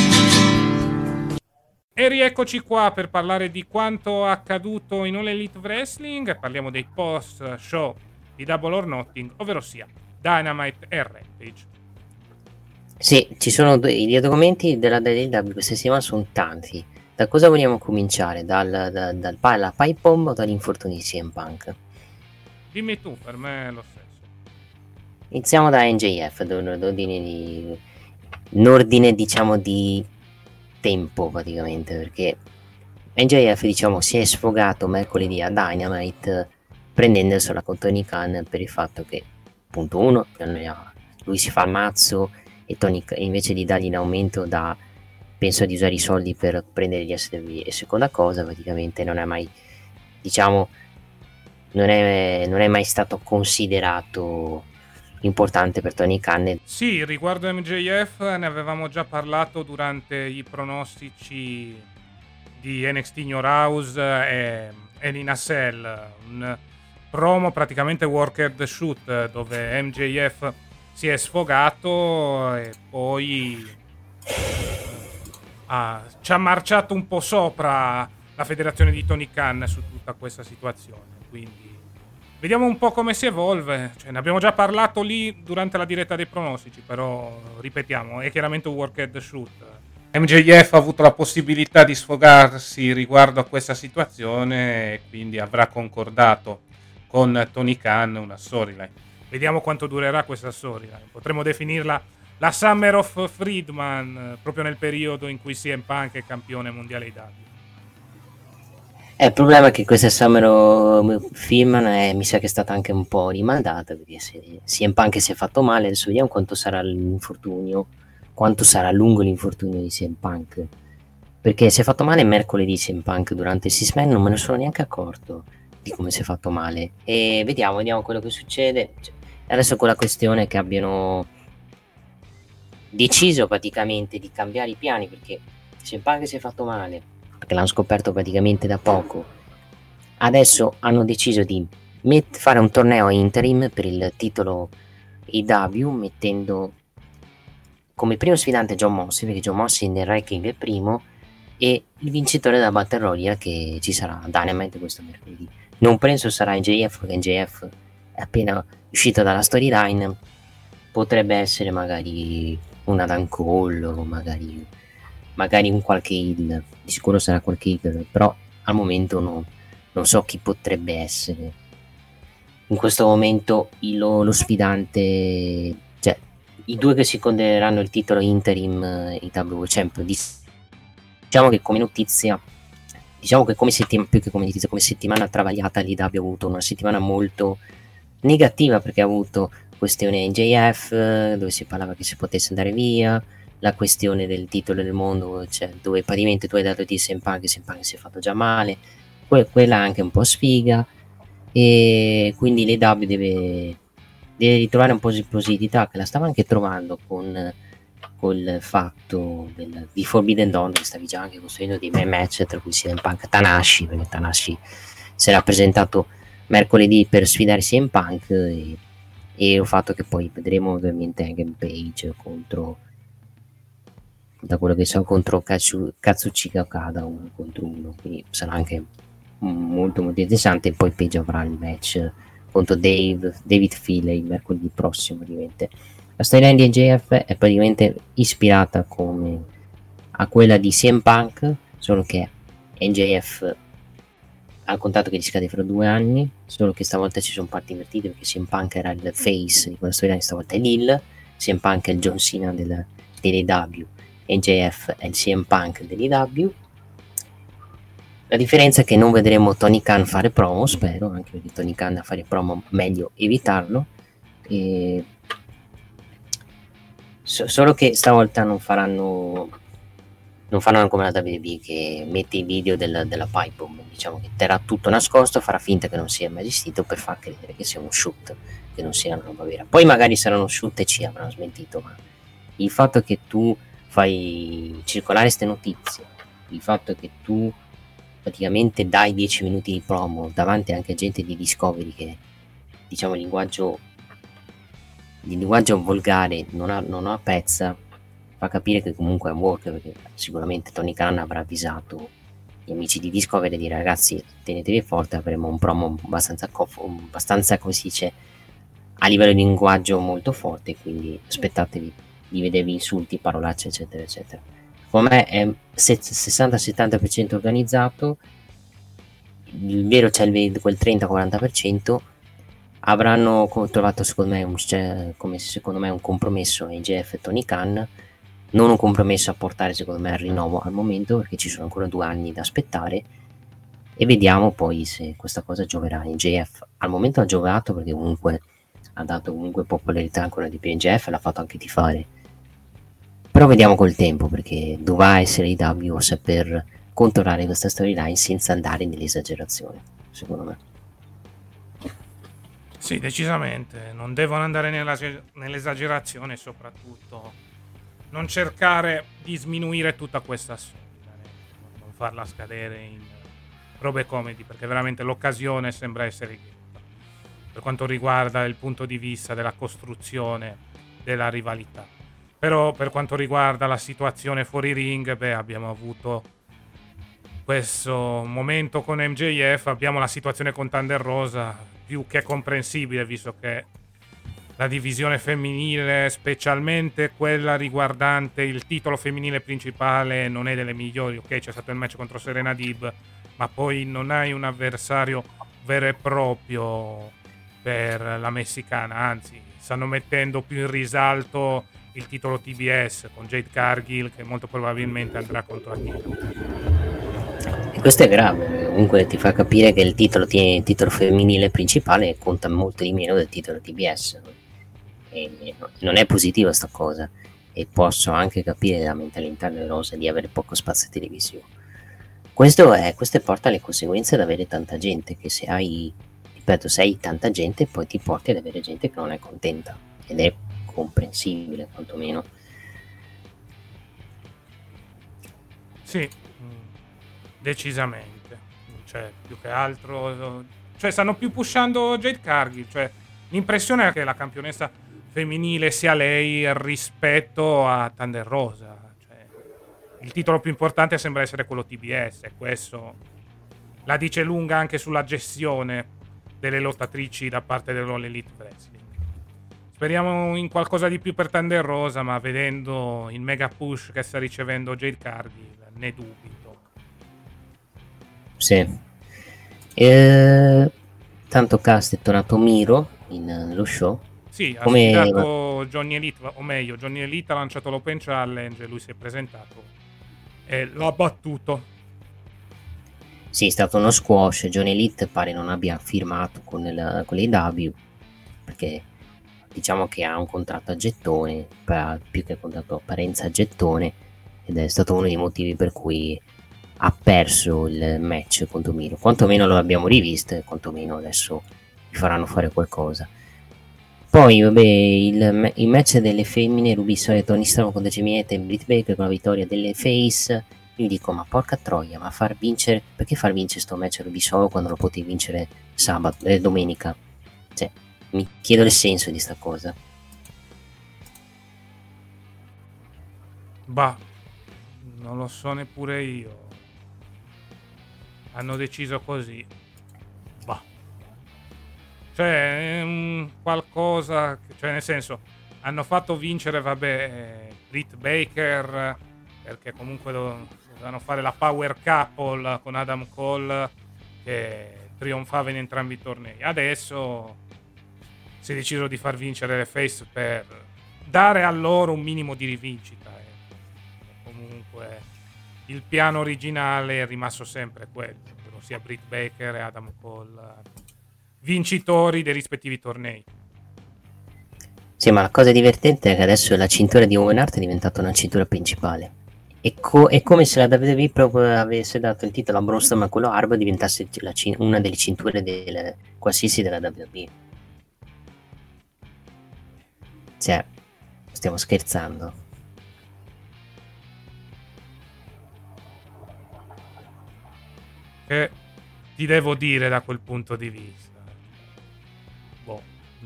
E rieccoci qua per parlare di quanto accaduto in All Elite Wrestling. Parliamo dei post show di Double or Nothing, ovvero sia Dynamite e Rampage.
Sì, ci sono gli argomenti della AEW questa settimana sono tanti. Da cosa vogliamo cominciare? Dalla pipe bomb o dall'infortunio di CM Punk?
Dimmi tu, per me è lo stesso.
Iniziamo da NJF, in ordine diciamo di tempo praticamente, perché NJF diciamo si è sfogato mercoledì a Dynamite prendendosela con Tony Khan per il fatto che, punto uno, lui si fa il mazzo e Tony invece di dargli in aumento penso di usare i soldi per prendere gli SW, e seconda cosa praticamente non è mai stato considerato importante per Tony Khan.
Sì, riguardo MJF ne avevamo già parlato durante i pronostici di NXT New House e Nina Cell, un promo praticamente worker the shoot dove MJF si è sfogato e poi ci ha marciato un po' sopra la federazione di Tony Khan su tutta questa situazione, quindi vediamo un po' come si evolve. Ne abbiamo già parlato lì durante la diretta dei pronostici, però ripetiamo, è chiaramente un work and shoot. MJF ha avuto la possibilità di sfogarsi riguardo a questa situazione e quindi avrà concordato con Tony Khan una storyline. Vediamo quanto durerà questa storyline. Potremmo definirla la Summer of Friedman, proprio nel periodo in cui CM Punk è campione mondiale IW.
Il problema è che questa Summer Freeman mi sa che è stata anche un po' rimandata, perché CM Punk si è fatto male. Adesso vediamo quanto sarà l'infortunio, quanto sarà lungo l'infortunio di CM Punk, perché si è fatto male mercoledì CM Punk durante il Six Man, non me ne sono neanche accorto di come si è fatto male, e vediamo quello che succede. Adesso con la questione che abbiano deciso praticamente di cambiare i piani, perché CM Punk si è fatto male, perché l'hanno scoperto praticamente da poco. Adesso hanno deciso di fare un torneo interim per il titolo IW, mettendo come primo sfidante Jon Moxley, perché Jon Moxley nel ranking è primo, e il vincitore della Battle Royale che ci sarà a Dynamite questo mercoledì. Non penso sarà NJF, perché NJF è appena uscito dalla storyline. Potrebbe essere magari un Adam Cole o magari magari un qualche heel, di sicuro sarà qualche heel, però al momento non so chi potrebbe essere in questo momento lo sfidante, cioè i due che si contenderanno il titolo interim IW Champion. Diciamo che come notizia, diciamo che più che come notizia, come settimana travagliata, l'IW ha avuto una settimana molto negativa, perché ha avuto questione NJF, dove si parlava che si potesse andare via, la questione del titolo del mondo, cioè dove praticamente tu hai dato di CM Punk si è fatto già male, quella anche un po' sfiga, e quindi l'AEW deve ritrovare un po' di positività, che la stava anche trovando col fatto di Forbidden Dawn, che stavi già anche costruendo dei bei match, tra cui CM Punk Tanahashi, perché Tanahashi si era presentato mercoledì per sfidare CM Punk, e il fatto che poi vedremo ovviamente anche Page contro, da quello che so, contro Katsuchika Okada 1-1, quindi sarà anche molto molto interessante. E poi Page avrà il match contro David Finlay mercoledì prossimo. La storyline di NJF è praticamente ispirata come a quella di CM Punk, solo che NJF ha contato che gli scade fra 2 anni, solo che stavolta ci sono parti invertite, perché CM Punk era il face di quella storyline, stavolta è l'Hill. CM Punk è il John Cena dell'AEW, NJF è il CM Punk dell'AEW. La differenza è che non vedremo Tony Khan fare promo, spero, anche perché Tony Khan a fare promo meglio evitarlo, e solo che stavolta non faranno come la WWE, che mette i video della pipe bomb, diciamo che terrà tutto nascosto, farà finta che non sia mai esistito per far credere che sia uno shoot, che non sia una roba vera. Poi magari saranno shoot e ci avranno smentito, ma il fatto che tu fai circolare queste notizie, il fatto che tu praticamente dai 10 minuti di promo davanti anche a gente di Discovery che, diciamo, il linguaggio volgare non ha pezza, fa capire che comunque è un work, perché sicuramente Tony Khan avrà avvisato gli amici di Discovery e dire: ragazzi, tenetevi forte, avremo un promo abbastanza come si dice, a livello di linguaggio molto forte, quindi aspettatevi di vedervi insulti, parolacce, eccetera eccetera. Secondo me è 60-70% organizzato, il vero c'è quel 30-40%. Avranno trovato secondo me un compromesso NJF e Tony Khan, non un compromesso a portare secondo me al rinnovo al momento, perché ci sono ancora 2 anni da aspettare, e vediamo poi se questa cosa gioverà. NJF al momento ha giocato, perché comunque ha dato popolarità ancora di più. NJF l'ha fatto anche tifare, però vediamo col tempo, perché dovrà essere IW a saper controllare questa storyline senza andare nell'esagerazione, secondo me.
Sì, decisamente, non devono andare nell'esagerazione, e soprattutto non cercare di sminuire tutta questa storia, non farla scadere in robe comedy, perché veramente l'occasione sembra essere ghiotta per quanto riguarda il punto di vista della costruzione della rivalità. Però per quanto riguarda la situazione fuori ring, abbiamo avuto questo momento con MJF, abbiamo la situazione con Thunder Rosa, più che comprensibile, visto che la divisione femminile, specialmente quella riguardante il titolo femminile principale, non è delle migliori. Ok, c'è stato il match contro Serena Deeb, ma poi non hai un avversario vero e proprio per la messicana, anzi stanno mettendo più in risalto il titolo TBS con Jade Cargill, che molto probabilmente andrà contro Akira.
E questo è grave, comunque ti fa capire che il titolo femminile principale conta molto di meno del titolo TBS, e non è positiva sta cosa, e posso anche capire la mentalità delle rose di avere poco spazio televisivo. Questo porta alle conseguenze ad avere tanta gente, che se hai tanta gente, poi ti porti ad avere gente che non è contenta, ed è comprensibile quantomeno.
Sì, decisamente, cioè più che altro, cioè stanno più pushando Jade Cargill, cioè l'impressione è che la campionessa femminile sia lei rispetto a Thunder Rosa, cioè il titolo più importante sembra essere quello TBS, e questo la dice lunga anche sulla gestione delle lottatrici da parte dell'All Elite Wrestling. Speriamo in qualcosa di più per Thunder Rosa, ma vedendo il mega push che sta ricevendo Jade Cargill, ne dubito.
Sì. Tanto Cast è tornato Miro nello show.
Sì, ha
Come-
sfidato Johnny Elite, o meglio, Johnny Elite ha lanciato l'Open Challenge, lui si è presentato e l'ha battuto.
Sì, è stato uno squash. Johnny Elite pare non abbia firmato con l'AEW, perché diciamo che ha un contratto a gettone, più che contratto a parenza a gettone, ed è stato uno dei motivi per cui ha perso il match contro Miro. Quantomeno lo abbiamo rivisto e quantomeno adesso gli faranno fare qualcosa. Poi vabbè, il match delle femmine, Ruby Soho, Toni Storm contro Jamiette e Britt Baker con la vittoria delle face. Io dico, ma porca troia, ma perché far vincere sto match a Ruby Soho quando lo potevi vincere domenica? Cioè, mi chiedo il senso di sta cosa.
Bah, non lo so neppure io. Hanno deciso così. Bah. Cioè, è qualcosa... Cioè, nel senso, hanno fatto vincere, vabbè, Britt Baker, perché comunque dovevano fare la power couple con Adam Cole, che trionfava in entrambi i tornei. Adesso si è deciso di far vincere le face per dare a loro un minimo di rivincita. Comunque il piano originale è rimasto sempre quello, ossia Britt Baker e Adam Cole vincitori dei rispettivi tornei.
Sì, ma la cosa divertente è che adesso la cintura di Owen Hart è diventata una cintura principale. È come se la WWE proprio avesse dato il titolo a Braun Strowman, quello Harb diventasse una delle cinture qualsiasi della WWE. Cioè, stiamo scherzando.
Che ti devo dire da quel punto di vista? Boh.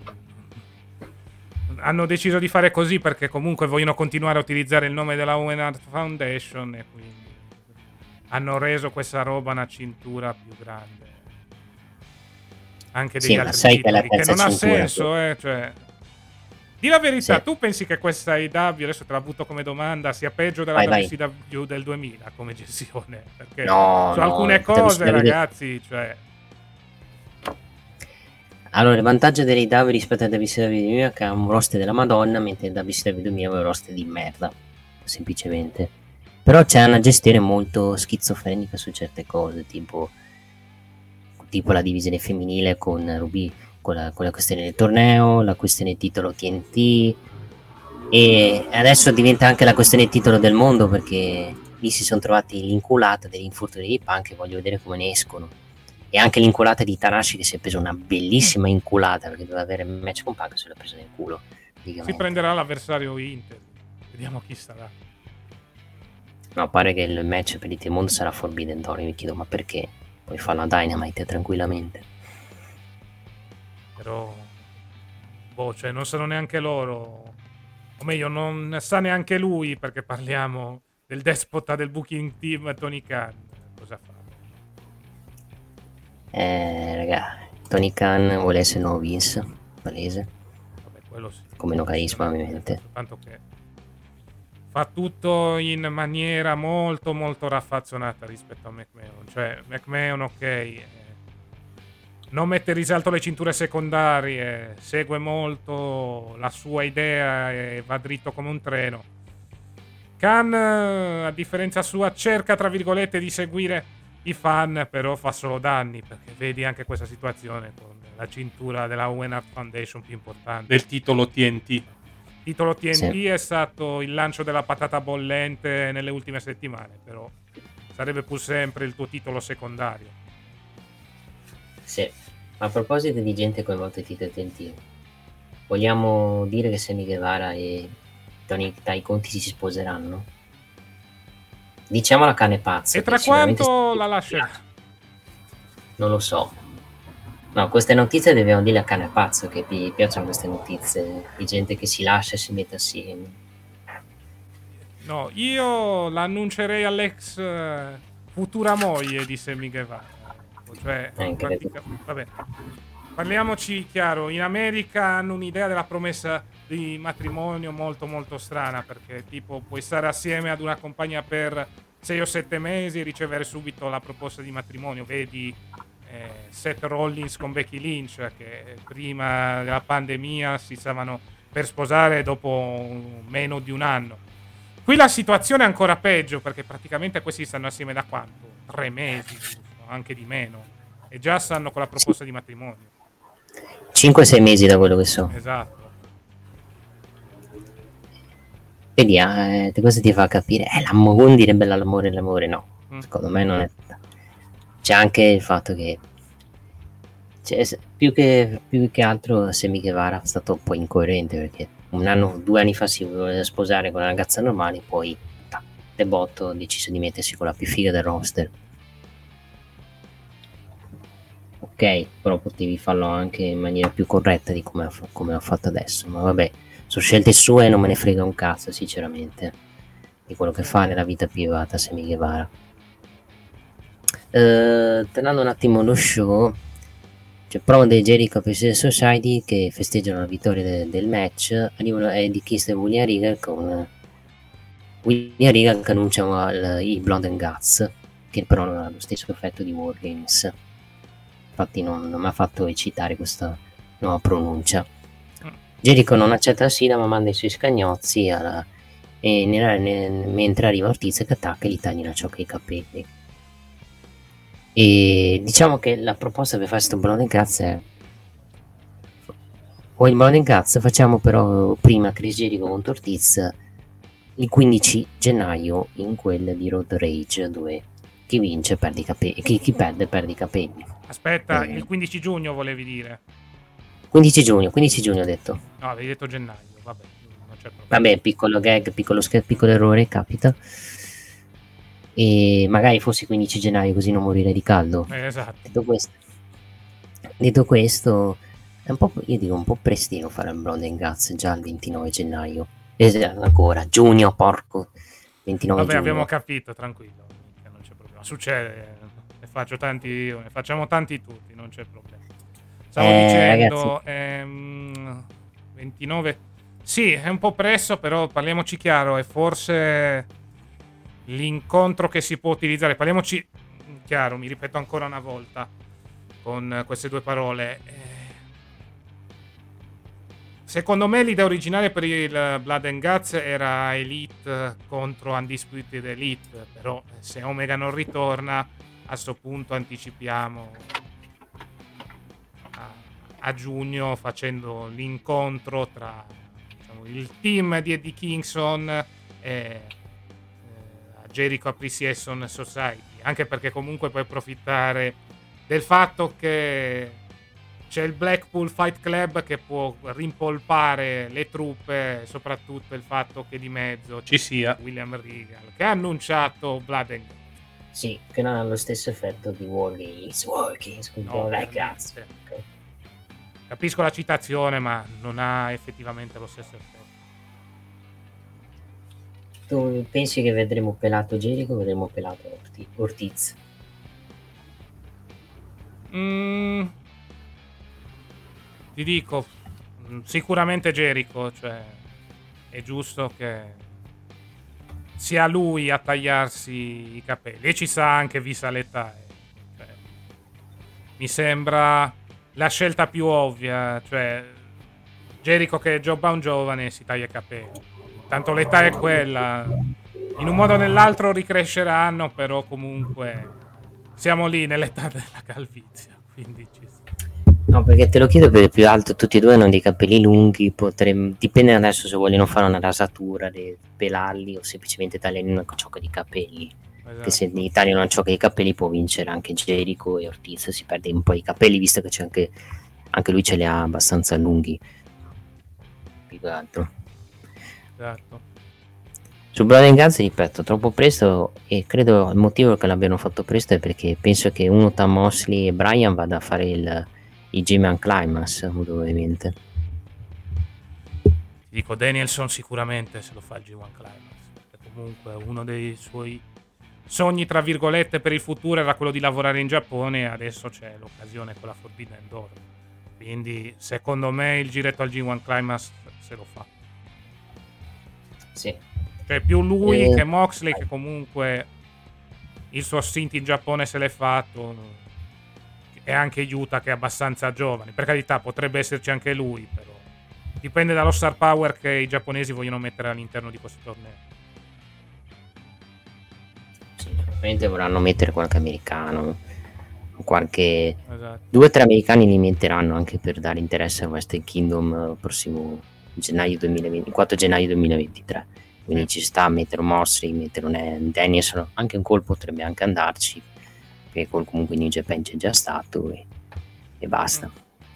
Hanno deciso di fare così perché comunque vogliono continuare a utilizzare il nome della Owen Hart Foundation e quindi hanno reso questa roba una cintura più grande anche degli
Sì, ma
altri
sai che è la
titoli, che
terza
non ha
cintura,
senso, cioè. Di la verità,
Sì.
tu pensi che questa AEW, adesso te la butto come domanda, sia peggio della
Vai.
WCW del 2000 come gestione? Perché
No,
su alcune cose,
WCW
ragazzi, cioè...
Allora, il vantaggio dell'AEW rispetto al WCW 2000 è che ha un roster della Madonna, mentre il WCW 2000 aveva un roster di merda, semplicemente. Però c'è una gestione molto schizofrenica su certe cose, tipo la divisione femminile con Ruby, con la questione del torneo, la questione titolo TNT, e adesso diventa anche la questione titolo del mondo, perché lì si sono trovati l'inculata dell'infortunio di Punk e voglio vedere come ne escono. E anche l'inculata di Tanahashi, che si è preso una bellissima inculata perché doveva avere un match con Punk, se l'ha preso nel culo.
Si prenderà l'avversario Inter, vediamo chi sarà.
No, pare che il match per il T-Mondo sarà Forbidden Door. Mi chiedo, ma perché? Puoi fare una Dynamite tranquillamente.
Però boh, cioè non sanno neanche loro, o meglio non sa neanche lui, perché parliamo del despota del booking team Tony Khan. Cosa fa?
Raga, Tony Khan vuole essere nuovo Vince, palese.
Vabbè, quello sì.
Come no carisma, ovviamente.
Tanto che fa tutto in maniera molto molto raffazzonata rispetto a McMahon. Cioè McMahon, ok, non mette in risalto le cinture secondarie, segue molto la sua idea e va dritto come un treno. Khan, a differenza sua, cerca tra virgolette di seguire i fan, però fa solo danni, perché vedi anche questa situazione con la cintura della Owen Hart Foundation più importante del titolo TNT. Il titolo TNT
Sì.
è stato il lancio della patata bollente nelle ultime settimane, però sarebbe pur sempre il tuo titolo secondario.
Sì. Ma a proposito di gente coinvolta in titolo TNT, vogliamo dire che Sammy Guevara e Tony Tai Conti si sposeranno? Diciamo la cane pazza.
E tra quanto la lascerà?
Non lo so. No, queste notizie dobbiamo dire a cane pazzo, che mi piacciono queste notizie di gente che si lascia e si mette assieme.
No, io l'annuncerei all'ex futura moglie di Sammy Guevara. Cioè,
Anche
vabbè. Parliamoci chiaro, in America hanno un'idea della promessa di matrimonio molto molto strana, perché tipo puoi stare assieme ad una compagna per 6 o 7 mesi e ricevere subito la proposta di matrimonio. Vedi Seth Rollins con Becky Lynch, che prima della pandemia si stavano per sposare dopo meno di un anno. Qui la situazione è ancora peggio, perché praticamente questi stanno assieme da quanto? 3 mesi, giusto? Anche di meno, e già stanno con la proposta di matrimonio.
5-6 mesi da quello che so.
Esatto.
Vedi, cosa ti fa capire? Uno direbbe l'amore, no. Secondo me non è. C'è anche il fatto che più che altro Sammy Guevara è stato un po' incoerente, perché 2 anni fa si voleva sposare con una ragazza normale, poi de botto ha deciso di mettersi con la più figa del roster. Ok, però potevi farlo anche in maniera più corretta di come ho fatto adesso, ma vabbè, sono scelte sue e non me ne frega un cazzo, sinceramente, di quello che fa nella vita privata Sammy Guevara. Tornando un attimo allo show, c'è promo dei Jericho Appreciation Society che festeggiano la vittoria del match. Arrivano Eddie Kiss e William Regal, con William Regal che annuncia i Blood and Guts, che però non ha lo stesso effetto di War Games. Infatti non mi ha fatto eccitare questa nuova pronuncia. Jericho non accetta la sfida, ma manda i suoi scagnozzi mentre arriva Ortiz che attacca e gli taglia la ciocca ai capelli. E diciamo che la proposta per fare questo Blood and Guts è: o il Blood and Guts facciamo però prima Chris Jericho contro Ortiz il 15 gennaio in quel di Road Rage, dove chi vince perde i capelli, chi perde perde i capelli.
Aspetta, il 15 giugno volevi dire?
15 giugno ho detto.
No, avevi detto gennaio, vabbè, non c'è problema.
Vabbè, piccolo gag, piccolo errore, capita. E magari fosse 15 gennaio così non morire di caldo.
Esatto.
Detto questo è un po', io dico un po' prestino fare il Blood and Guts già il 29 gennaio. Ancora giugno, porco, 29
vabbè,
giugno.
abbiamo capito, tranquillo, non c'è problema. Succede, ne faccio tanti io, ne facciamo tanti tutti, non c'è problema. Stavo dicendo 29. Sì, è un po' presto, però parliamoci chiaro, è forse l'incontro che si può utilizzare. Parliamoci chiaro, mi ripeto ancora una volta con queste due parole. Secondo me l'idea originale per il Blood and Guts era Elite contro Undisputed Elite, però se Omega non ritorna, a sto punto anticipiamo a giugno, facendo l'incontro tra, diciamo, il team di Eddie Kingston e Jericho Appreciation Society, anche perché comunque puoi approfittare del fatto che c'è il Blackpool Fight Club che può rimpolpare le truppe, soprattutto il fatto che di mezzo ci sia William Regal che ha annunciato Blood and Guts.
Sì, che non ha lo stesso effetto di War Games,
no,
ragazzi.
Okay. Capisco la citazione, ma non ha effettivamente lo stesso effetto.
Tu pensi che vedremo pelato Jericho o vedremo pelato Ortiz?
Ti dico, sicuramente Jericho, cioè è giusto che sia lui a tagliarsi i capelli, e ci sa anche vista l'età, cioè, mi sembra la scelta più ovvia, cioè Jericho che è già giovane si taglia i capelli. Tanto l'età è quella, in un modo o nell'altro ricresceranno, però comunque siamo lì nell'età della calvizia, quindi ci sta.
No, perché te lo chiedo perché più alto tutti e due hanno dei capelli lunghi, dipende adesso se vogliono fare una rasatura, pelarli o semplicemente tagliare una ciocca di capelli. Esatto. Che se gli tagliano una ciocca di capelli può vincere anche Jericho, e Ortiz si perde un po' i capelli, visto che c'è anche lui ce li ha abbastanza lunghi, più che altro.
Esatto.
Su Blood and Guts, ripeto, troppo presto, e credo il motivo che l'abbiano fatto presto è perché penso che uno tra Mosley e Bryan vada a fare il G-Man Climax, ovviamente.
Ti dico, Danielson sicuramente se lo fa il G1 Climax, perché comunque uno dei suoi sogni, tra virgolette, per il futuro era quello di lavorare in Giappone, e adesso c'è l'occasione con la Forbidden Door. Quindi secondo me il giretto al G1 Climax se lo fa.
Sì.
Cioè più lui che Moxley, che comunque il suo stint in Giappone se l'è fatto, e anche Yuta che è abbastanza giovane. Per carità, potrebbe esserci anche lui, però dipende dallo star power che i giapponesi vogliono mettere all'interno di questo torneo.
Sì, probabilmente vorranno mettere qualche americano, qualche...
Esatto.
2 o 3 americani li metteranno anche per dare interesse a Wrestle Kingdom prossimo gennaio 2020, 4 gennaio 2023. Quindi ci sta a mettere un Moxley, mettere un Danielson, anche un colpo potrebbe anche andarci, perché comunque New Japan c'è già stato e basta.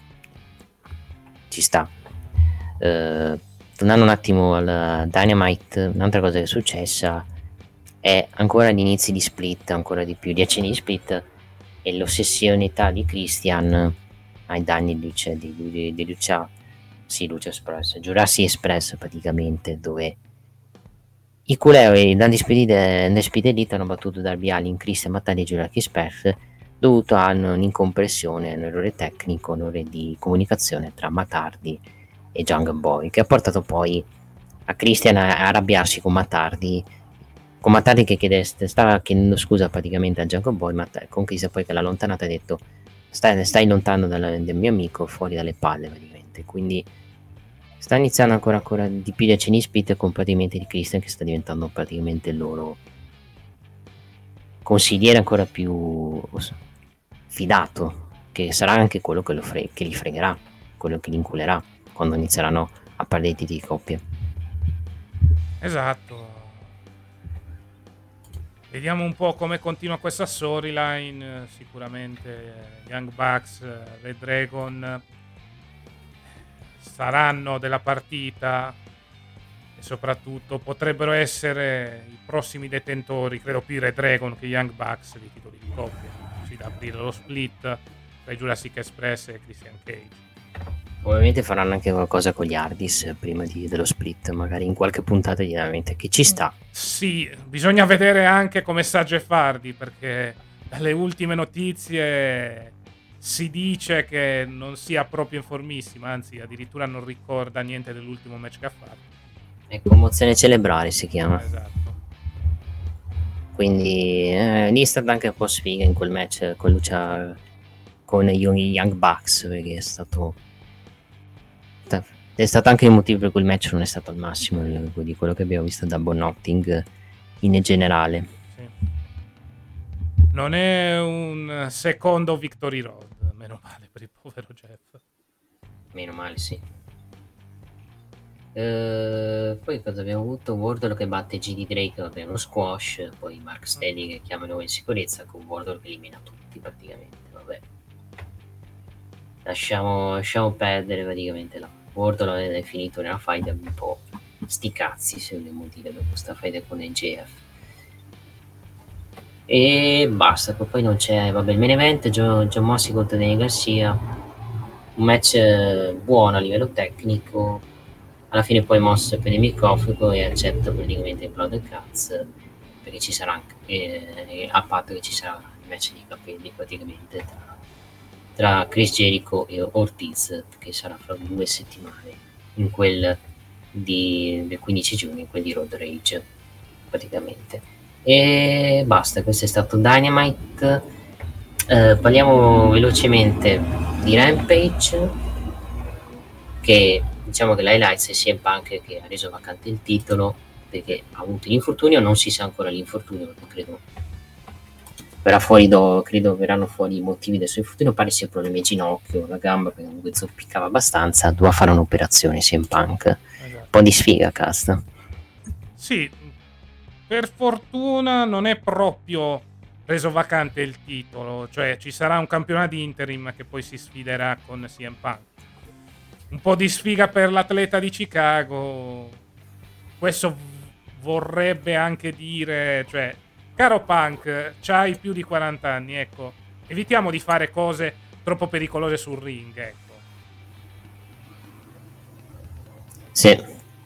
Ci sta. Tornando un attimo al Dynamite, un'altra cosa che è successa è ancora gli inizi di Split, ancora di più, 10 anni di Split, e l'ossessionità di Christian ai danni di Lucha Express, Jurassic Express praticamente, dove i Culeo e i Dandy Speed Elite hanno battuto Darby Allin, Christian Battaglia e Jurassic Express dovuto a un'incompressione, un errore tecnico, un errore di comunicazione tra Matardi e Jungle Boy, che ha portato poi a Christian a arrabbiarsi con Matardi che stava chiedendo scusa praticamente a Jungle Boy, ma con Christian poi che l'ha allontanato e ha detto stai lontano del mio amico, fuori dalle palle praticamente. Quindi sta iniziando ancora di più di Ceni Split con praticamente di Christian che sta diventando praticamente il loro consigliere ancora più fidato, che sarà anche quello che li fregherà, quello che li inculerà quando inizieranno a parlare di coppie.
Esatto. Vediamo un po' come continua questa storyline. Sicuramente Young Bucks, Red Dragon saranno della partita e soprattutto potrebbero essere i prossimi detentori, credo più Red Dragon che Young Bucks, dei titoli di coppia, così da aprire lo split tra i Jurassic Express e Christian Cage.
Ovviamente faranno anche qualcosa con gli Hardys prima dello split, magari in qualche puntata veramente che ci sta.
Sì, bisogna vedere anche come sta Jeff Hardy, perché dalle ultime notizie si dice che non sia proprio in formissima, anzi addirittura non ricorda niente dell'ultimo match che ha fatto.
È commozione cerebrale si chiama.
Esatto.
Quindi lì è stata anche un po' sfiga in quel match con Lucia, con i Young Bucks, perché è stato anche il motivo per cui il match non è stato al massimo di quello che abbiamo visto da Bonotting in generale.
Sì. Non è un secondo Victory Road, meno male per il povero Jeff.
Meno male, sì. Poi cosa abbiamo avuto? Wardlow che batte GD Drake, vabbè, uno squash, poi Mark Stanley che chiama nuovo in sicurezza, con Wardlow che elimina tutti praticamente, vabbè. Lasciamo perdere praticamente là. Wardlow è finito nella fight un po' sti cazzi, se vogliamo dire, dopo sta fight con NJF. E basta, poi non c'è, vabbè, il main event, John Moxley contro Daniel Garcia, un match buono a livello tecnico. Alla fine poi Moss per il microfono e accetta praticamente il Blood Cuts, perché ci sarà anche a patto che ci sarà il match di capelli praticamente tra Chris Jericho e Ortiz, che sarà fra 2 settimane in quel del 15 giugno, in quel di Road Rage praticamente. E basta, questo è stato Dynamite. Parliamo velocemente di Rampage, che diciamo che l'highlights è CM Punk che ha reso vacante il titolo perché ha avuto l'infortunio, non si sa ancora l'infortunio, credo verranno fuori i motivi del suo infortunio, pare sia problemi al ginocchio, la gamba, perché comunque zoppicava abbastanza, doveva fare un'operazione CM Punk. Esatto. Un po' di sfiga, casta.
Sì, per fortuna non è proprio reso vacante il titolo, cioè ci sarà un campionato di interim che poi si sfiderà con CM Punk. Un po' di sfiga per l'atleta di Chicago. Questo vorrebbe anche dire, cioè, caro Punk, c'hai più di 40 anni, ecco, evitiamo di fare cose troppo pericolose sul ring, ecco.
Sì.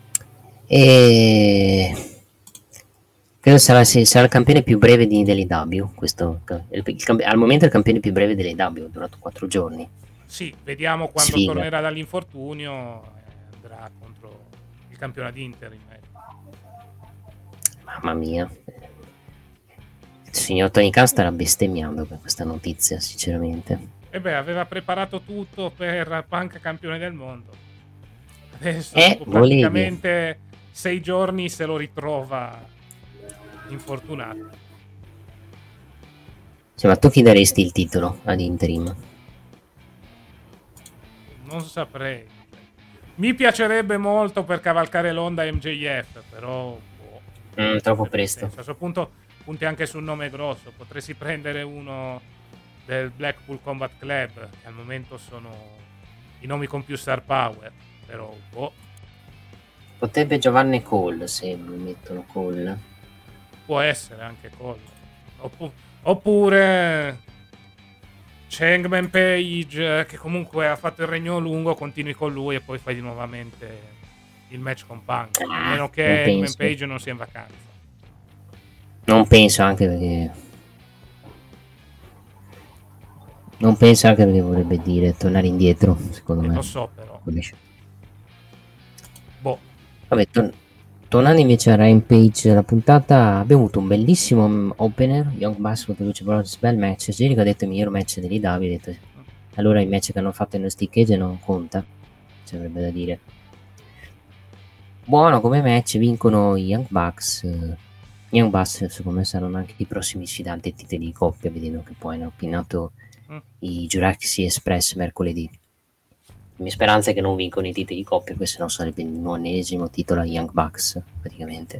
E credo sarà il campione più breve di dell'AEW, questo al momento è il campione più breve dell'AEW, è durato 4 giorni.
Sì, vediamo quando
Sfiga.
tornerà dall'infortunio, andrà contro il campione ad interim.
Mamma mia. Il signor Tony Khan starà bestemmiando per questa notizia, sinceramente.
E beh, aveva preparato tutto per Punk campione del mondo. Adesso dopo
volevi.
praticamente 6 giorni se lo ritrova infortunato.
Cioè, ma tu chi daresti il titolo ad interim?
Non saprei. Mi piacerebbe molto per cavalcare l'onda MJF, però
Troppo presto.
A questo punto punti anche sul nome grosso. Potresti prendere uno del Blackpool Combat Club, che al momento sono i nomi con più star power, però
Potrebbe giovarne Cole se mettono Cole.
può essere anche Cole. Oppure Hangman Page, che comunque ha fatto il regno lungo, continui con lui e poi fai di nuovamente il match con Punk, a meno che Hangman Page non sia in vacanza.
Non penso, anche perché vorrebbe dire tornare indietro, secondo me.
Lo so, però.
Vabbè, tornando invece a Rampage, la puntata, abbiamo avuto un bellissimo opener, Young Bucks contro Lucha Brothers, bel match. Jericho ha detto il miglior match degli Davi, ha detto allora il match che hanno fatto in Stick Cage non conta, ci avrebbe da dire. Buono come match, vincono i Young Bucks. Young Bucks secondo me saranno anche i prossimi sfidanti ai titoli di coppia, vedendo che poi hanno appinato i Juraxi Express mercoledì. La mia speranza è che non vincono i titoli di coppia, questo no sarebbe il 9° titolo a Young Bucks praticamente.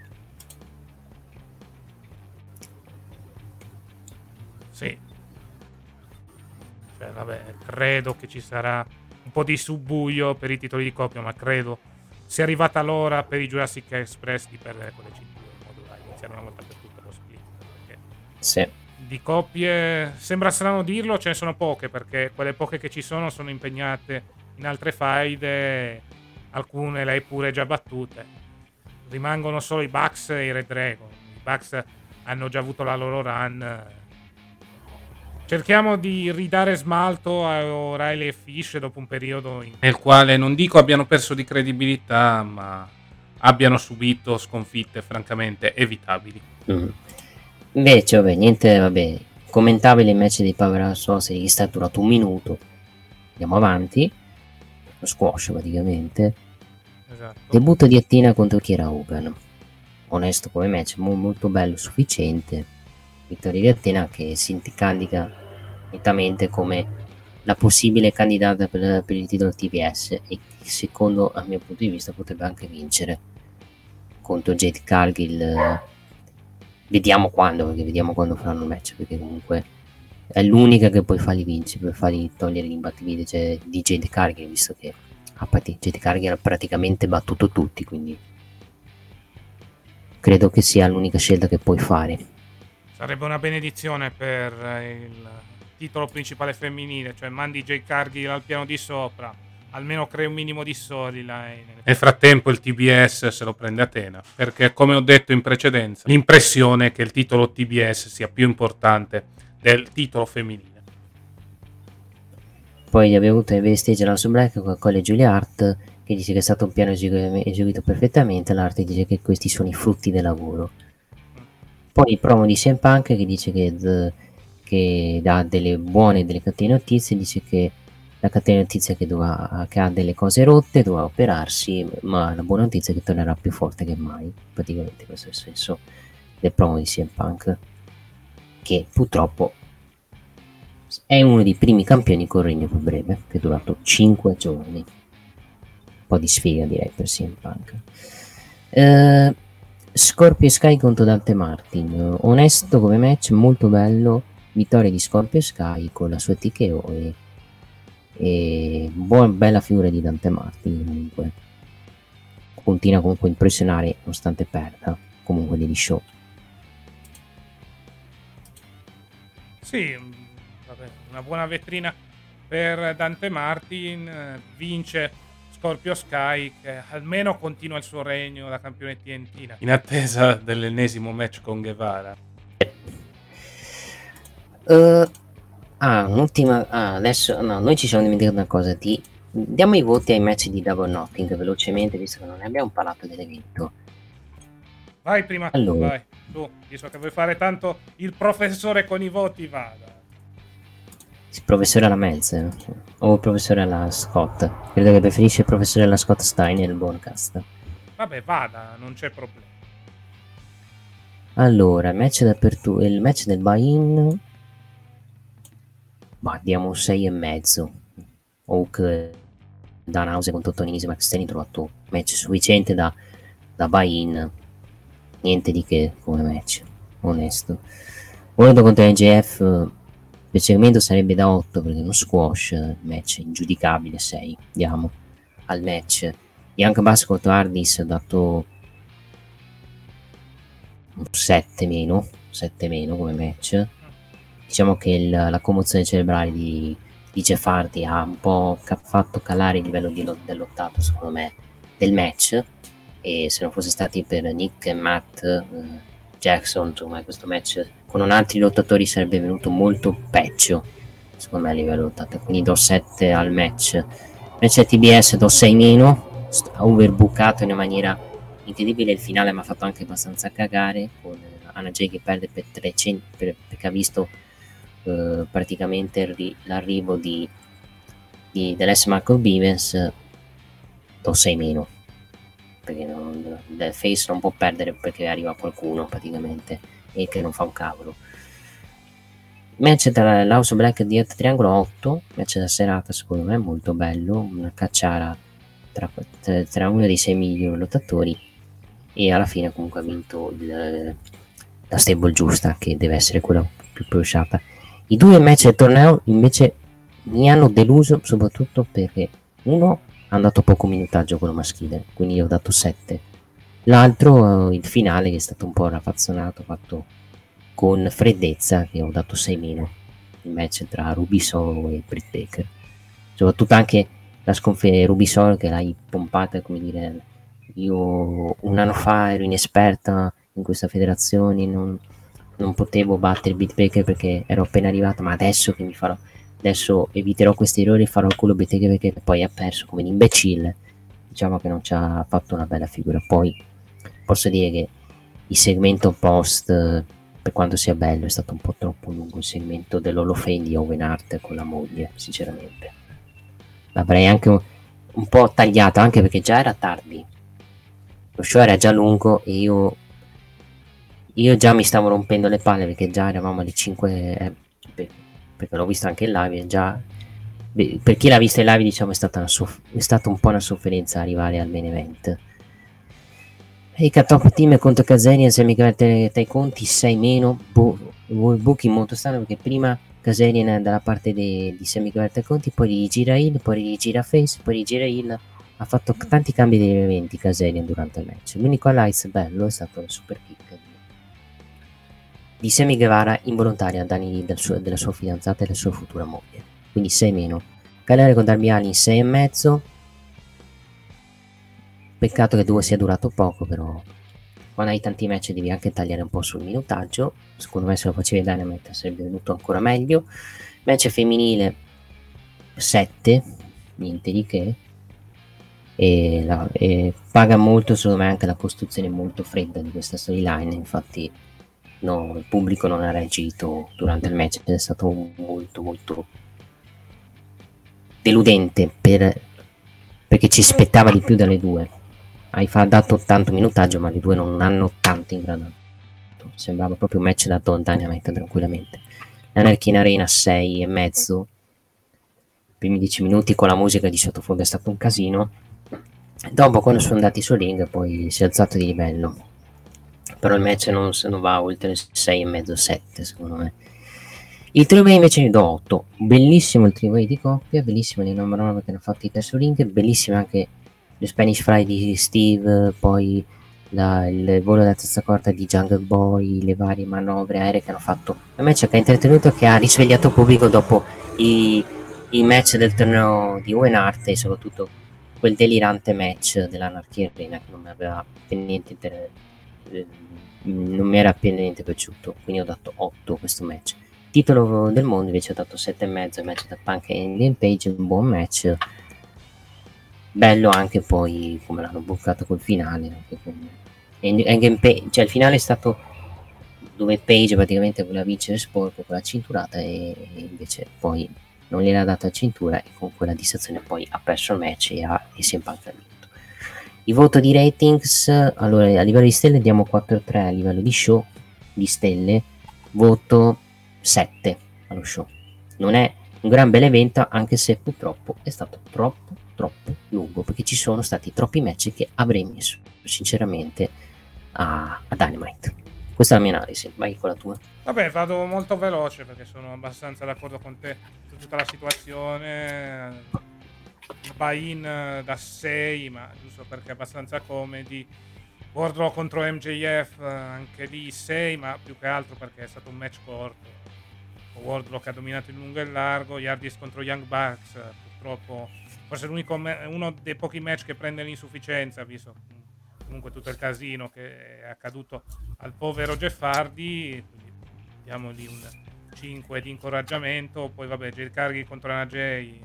Sì, cioè, vabbè, credo che ci sarà un po' di subbuglio per i titoli di coppia, ma credo sia arrivata l'ora per i Jurassic Express di perdere quelle cinture in modo da iniziare una volta per tutte lo split, perché
sì.
Di coppie sembra strano dirlo, ce ne sono poche, perché quelle poche che ci sono impegnate in altre faide, alcune le hai pure già battute. Rimangono solo i Bucks e i Red Dragon. I Bucks hanno già avuto la loro run. Cerchiamo di ridare smalto a O'Reilly e Fish dopo un periodo nel quale non dico abbiano perso di credibilità, ma abbiano subito sconfitte francamente evitabili.
Invece, niente, commentabile il match dei Powerhouse Hobbs, che sta durato 1 minuto. Andiamo avanti. Lo squash praticamente.
Esatto.
Debutto di Athena contro Kiera Hogan. Onesto come match, molto bello, sufficiente. Vittoria di Athena che si candida nettamente come la possibile candidata per il titolo TBS e secondo, a mio punto di vista, potrebbe anche vincere contro Jade Cargill. Vediamo quando faranno il match, perché comunque è l'unica che poi farli vincere, per farli togliere l'imbattibilità, cioè, di Jade Cargill, visto che Jade Cargill ha praticamente battuto tutti, quindi credo che sia l'unica scelta che puoi fare.
Sarebbe una benedizione per il titolo principale femminile, cioè mandi Jade Cargill al piano di sopra, almeno crei un minimo di storyline. Nel frattempo il TBS se lo prende Athena, perché come ho detto in precedenza, l'impressione è che il titolo TBS sia più importante del titolo femminile.
Poi abbiamo avuto in backstage House of Black con Cole e Julia Hart, che dice che è stato un piano eseguito perfettamente. L'Hart dice che questi sono i frutti del lavoro. Poi il promo di CM Punk che dice che dà delle buone e delle cattive notizie, dice che la cattiva notizia è che ha delle cose rotte, doveva operarsi, ma la buona notizia è che tornerà più forte che mai. Praticamente questo è il senso del promo di CM Punk, che purtroppo è uno dei primi campioni con regno più breve, che è durato 5 giorni. Un po' di sfiga, direi, per CM Punk. Scorpio Sky contro Dante Martin, onesto come match, molto bello, vittoria di Scorpio Sky con la sua TKO e bella figura di Dante Martin. Comunque continua comunque a impressionare nonostante perda comunque degli show.
Sì, vabbè, una buona vetrina per Dante Martin, vince Scorpio Sky, che almeno continua il suo regno da campione TNT in attesa dell'ennesimo match con Guevara.
un'ultima. Adesso no, noi ci siamo dimenticati una cosa. Diamo i voti ai match di Double Knocking velocemente, visto che non ne abbiamo parlato dell'evento.
Vai prima tu,
Allora.
vai. Tu, visto che vuoi fare tanto il professore con i voti, vada.
Il professore alla Meltzer o il professore alla Scott? Credo che preferisce il professore alla Scott Steiner il Bonecast.
Vabbè, vada, non c'è problema.
Allora, il match del buy-in. Ma diamo un 6,5. Oak Danhausen contro Tonisi Max Stanley, trovato match sufficiente da buy-in. Niente di che come match, onesto. Volendo contro NJF, il segmento sarebbe da 8 perché uno squash, match ingiudicabile. 6. Diamo al match. Young Bucks contro Hardys ho dato un 7 meno come match. Diciamo che la commozione cerebrale di Jeff Hardy ha un po' fatto calare il livello dell'ottato, secondo me, del match, e se non fosse stati per Nick e Matt Jackson, insomma, questo match con un altri lottatori sarebbe venuto molto peggio, secondo me, a livello lottato. Quindi do 7 al match. Invece TBS do 6 meno, overbookato in una maniera incredibile. Il finale mi ha fatto anche abbastanza cagare, con Anna Jay che perde per 300 perché ha visto praticamente l'arrivo dell'S. Michael Bivens. Do 6 meno perché il face non può perdere perché arriva qualcuno praticamente e che non fa un cavolo. Match tra l'House Black e Diet Triangolo 8, match da serata, secondo me molto bello, una cacciara tra uno dei 6 migliori lottatori, e alla fine comunque ha vinto la stable giusta, che deve essere quella più pushata. I due match del torneo invece mi hanno deluso, soprattutto perché uno ha dato poco minutaggio, quello maschile, quindi io ho dato 7. L'altro, il finale, che è stato un po' raffazzonato, fatto con freddezza, che ho dato 6 meno. Il match tra Ruby Soho e Britt Baker, soprattutto anche la sconfitta Ruby Soho, che l'hai pompata, come dire, io un anno fa ero inesperta in questa federazione, non potevo battere Britt Baker perché ero appena arrivata, ma adesso adesso eviterò questi errori, farò il culo Britt Baker, perché poi ha perso come un imbecille. Diciamo che non ci ha fatto una bella figura. Poi posso dire che il segmento post, per quanto sia bello, è stato un po' troppo lungo. Il segmento dell'Hall of Fame di Owen Hart con la moglie, sinceramente l'avrei anche un po' tagliato, anche perché già era tardi, lo show era già lungo, e io già mi stavo rompendo le palle perché già eravamo alle 5, perché l'ho visto anche in live. Già per chi l'ha vista in live, diciamo, è stata un po' una sofferenza arrivare al main event. E i K-Top Team contro Kazarian, se mi cavate dai conti, 6 meno, booking molto strano, perché prima Kazarian è dalla parte di Sammy Guevara Conti, poi rigira Hill, poi rigira Face, poi rigira Hill. Ha fatto tanti cambi di eventi Kazarian durante il match. L'unico highlight bello è stato il super kick di Sammy Guevara involontaria a danni della sua fidanzata e della sua futura moglie. Quindi 6 meno. Calare con Darby Allin 6,5. Peccato che 2 sia durato poco, però quando hai tanti match devi anche tagliare un po' sul minutaggio. Secondo me se lo facevi Dynamite sarebbe venuto ancora meglio. Match femminile 7, niente di che, e paga molto secondo me anche la costruzione molto fredda di questa storyline. Infatti il pubblico non ha reagito durante il match, è stato molto molto deludente perché ci aspettava di più dalle due. Hai dato tanto minutaggio, ma le due non hanno tanto ingranato. Sembrava proprio un match da Dynamite tranquillamente. L'Anarchy in Arena 6,5. Primi 10 minuti con la musica di sottofondo è stato un casino. Dopo, quando sono andati sul ring, poi si è alzato di livello. Però il match non va oltre 6,5-7 secondo me. Il trio invece ne do 8. Bellissimo il trio di coppia, bellissimo le number 9 che hanno fatto i test sul ring, bellissimo anche lo Spanish Fly di Steve, poi il volo della terza corda di Jungle Boy, le varie manovre aeree che hanno fatto. Un match che ha intrattenuto, che ha risvegliato il pubblico dopo i match del torneo di Owen Hart, e soprattutto quel delirante match dell'Anarchy Arena che non mi era per niente piaciuto. Quindi ho dato 8 questo match. titolo del mondo invece ho dato 7,5 al match da Punk e Indian Page, un buon match, bello anche poi come l'hanno bucato col finale, anche con Page, cioè il finale è stato dove Page praticamente voleva vincere sporco con la cinturata e invece poi non gliel'ha data la cintura e con quella distrazione poi ha perso il match e si è vinto. Il voto di ratings, allora a livello di stelle diamo 4,3, a livello di show di stelle voto 7 allo show. Non è un gran bel evento, anche se purtroppo è stato troppo lungo, perché ci sono stati troppi match che avrei messo sinceramente a Dynamite. Questa è la mia analisi, vai con la tua.
Vabbè, vado molto veloce perché sono abbastanza d'accordo con te su tutta la situazione. Il buy-in da 6, ma giusto perché è abbastanza comedy. Wardlow contro MJF, anche lì 6, ma più che altro perché è stato un match corto. Wardlow che ha dominato in lungo e largo. Hardys contro Young Bucks, purtroppo forse uno dei pochi match che prende l'insufficienza, visto comunque tutto il casino che è accaduto al povero Jeff Hardy. Quindi diamogli un 5 di incoraggiamento. Poi vabbè, Jade Cargill contro Anna Jay,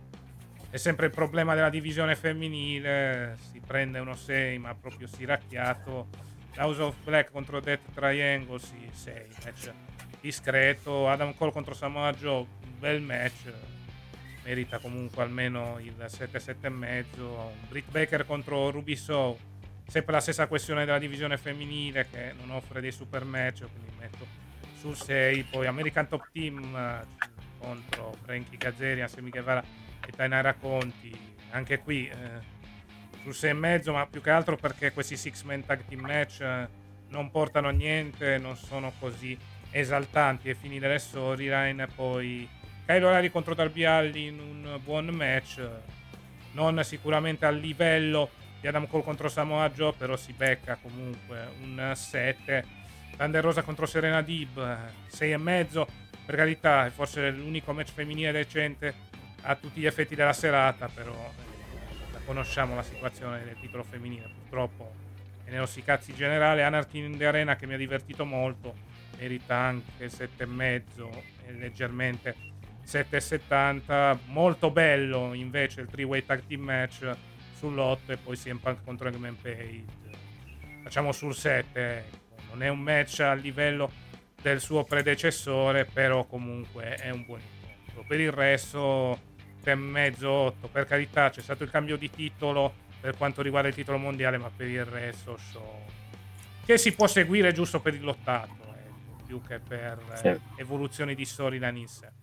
è sempre il problema della divisione femminile, si prende uno 6 ma proprio stiracchiato. House of Black contro Death Triangle, sì, 6, match discreto. Adam Cole contro Samoa Joe, bel match, merita comunque almeno il 7,5. Britt Baker contro Ruby Soho, sempre la stessa questione della divisione femminile che non offre dei super match, quindi metto sul 6. Poi American Top Team contro Frankie Kazarian, Sammy Guevara e Tainara Conti, anche qui sul 6,5, ma più che altro perché questi 6-man tag team match non portano a niente, non sono così esaltanti. E fini delle storyline, poi Kyle O'Reilly contro Darby Allin, un buon match, non sicuramente al livello di Adam Cole contro Samoa Joe, però si becca comunque un 7. Thunder Rosa contro Serena Deeb, 6,5, per carità è forse l'unico match femminile decente a tutti gli effetti della serata, però la conosciamo la situazione del titolo femminile, purtroppo è nello cazzi generale. Anarchy in the Arena, che mi ha divertito molto, merita anche 7,5 e leggermente 7,70. Molto bello invece il 3-way tag team match sull'8 e poi CM Punk contro Hangman Page, facciamo sul 7, ecco. Non è un match a livello del suo predecessore, però comunque è un buon incontro. Per il resto 7,5, 8, per carità c'è stato il cambio di titolo per quanto riguarda il titolo mondiale, ma per il resto show che si può seguire giusto per il lottato, più che per evoluzioni di storyline in sé.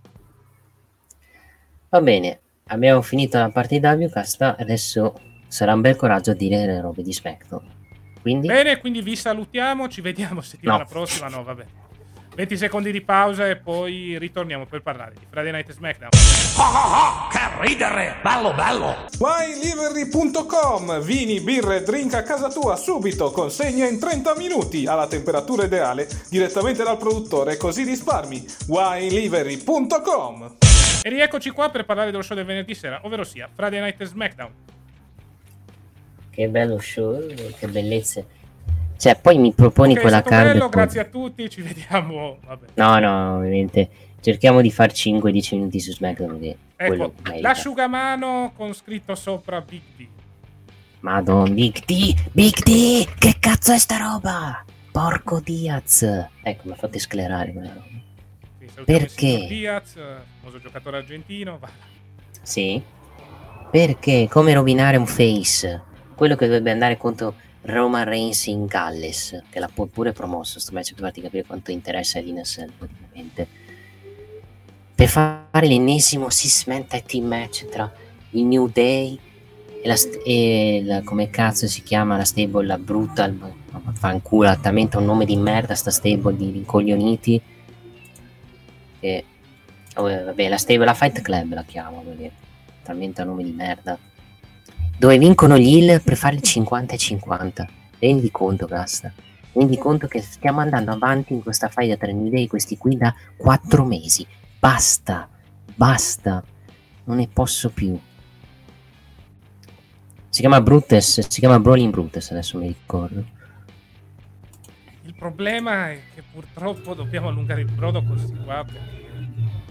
Va bene, abbiamo finito la parte di WCast, adesso sarà un bel coraggio a dire le robe di SmackDown.
Bene, quindi vi salutiamo, ci vediamo settimana prossima. No, vabbè, 20 secondi di pausa e poi ritorniamo per parlare di Friday Night SmackDown.
Che ridere, bello!
WineLivery.com, vini, birre, drink a casa tua subito, consegna in 30 minuti alla temperatura ideale direttamente dal produttore, così risparmi. WineLivery.com.
E rieccoci qua per parlare dello show del venerdì sera, ovvero sia Friday Night SmackDown.
Che bello show, che bellezze. Cioè, poi mi proponi quella card.
Bello, grazie a tutti, ci vediamo. Vabbè.
No, ovviamente. Cerchiamo di far 5-10 minuti su SmackDown.
Ecco, l'asciugamano con scritto sopra Big D.
Madonna, Big D, che cazzo è sta roba? Porco Diaz. Ecco, mi fate sclerare quella roba.
Sì,
perché?
Diaz, famoso giocatore argentino. Va.
Sì. Perché? Come rovinare un face? Quello che dovrebbe andare contro Roman Reigns in Galles, che l'ha pure promosso sto match, per farti capire quanto interessa a Linus praticamente, per fare l'ennesimo 6-man tag team match tra il New Day e la come cazzo si chiama la stable, la Brutal, fanculo, altamente un nome di merda sta stable di rincoglioniti, e vabbè, la stable, la Fight Club la chiamo, perché talmente un nome di merda, dove vincono gli heel per fare il 50-50. Rendi conto, Gasta? Rendi conto che stiamo andando avanti in questa faida tra New Day, questi qui, da 4 mesi. Basta, non ne posso più. Si chiama Brutus, si chiama Brawling Brutus, adesso mi ricordo.
Il problema è che purtroppo dobbiamo allungare il brodo così qua, perché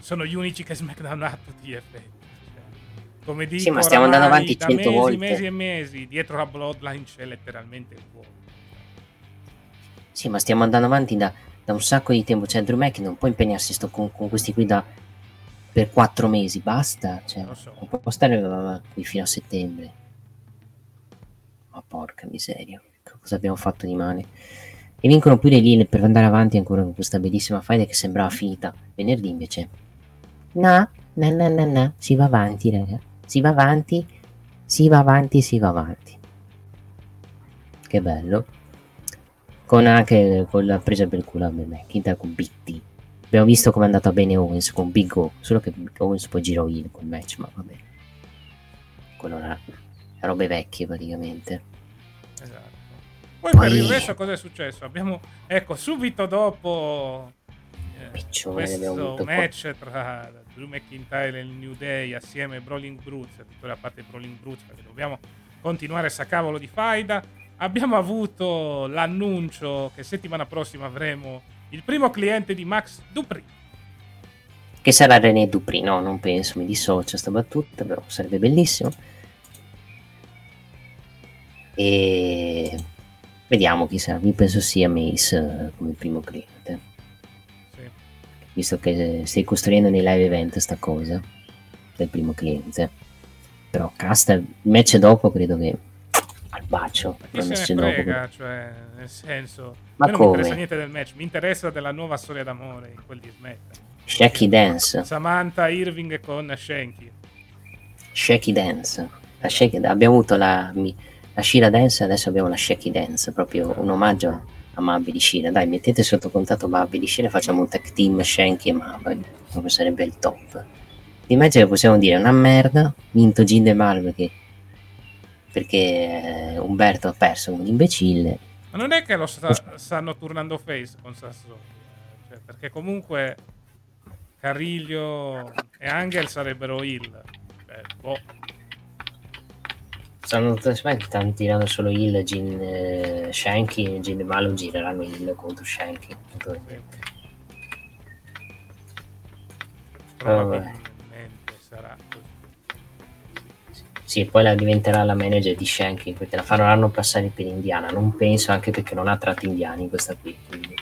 sono gli unici che SmackDown ha a tutti gli effetti. Come dico,
Sì, ma stiamo andando avanti
da
100 volte.
mesi e mesi, dietro la Bloodline c'è letteralmente il vuoto.
Sì, ma stiamo andando avanti da un sacco di tempo. Cioè, Drew Mac non può impegnarsi con questi qui per 4 mesi, basta. Cioè,
Lo so.
non può stare qui fino a settembre. Ma porca miseria, cosa abbiamo fatto di male? E vincono pure lì per andare avanti ancora con questa bellissima fight che sembrava finita. Venerdì invece no, si va avanti, raga. Si va avanti. Che bello. Con la presa per il culo a McIntyre con Big T. Abbiamo visto come è andata bene Owens con Big O, solo che Owens poi girò il col match, ma vabbè. Quello era robe vecchie praticamente.
Esatto. Poi per il resto cosa è successo? Abbiamo, ecco, subito dopo questo match tra Drew McIntyre e il New Day assieme a Brawling Brutes, tutta la parte Brawling Brutes, perché dobbiamo continuare sta cavolo di faida. Abbiamo avuto l'annuncio che settimana prossima avremo il primo cliente di Max Dupri.
Che sarà René Dupri? No, non penso, mi dissocio sta battuta, però sarebbe bellissimo. E vediamo chi sarà. Io penso sia Mace come primo cliente.
Sì.
Visto che stai costruendo nei live event sta cosa del primo cliente. Però Casta, il match dopo credo che al bacio.
Ma chi se ne frega, cioè, nel senso,
ma
non mi interessa niente del match, mi interessa della nuova storia d'amore in quel di SmackDown.
Shaky Dance.
Samantha Irving con Shanky.
Shaky Dance. Abbiamo avuto la Shira Dance, adesso abbiamo la Shaky Dance, proprio un omaggio a Mabby di Shira. Dai, mettete sotto contatto Mabby di Shira e facciamo un tag team Shanky e Mabby, proprio sarebbe il top. Di match che possiamo dire una merda, vinto Jinder Mahal perché Umberto ha perso un imbecille.
Ma non è che lo stanno turnando face con Sassoni, cioè, perché comunque Cariglio e Angel sarebbero heel.
Stanno tirando solo heel, Shanky e Jinder Mahal gireranno heel contro Shanky.
Probabilmente sarà così.
Sì, poi diventerà la manager di Shanky perché la faranno passare per indiana. Non penso, anche perché non ha tratti indiani questa qui. Quindi.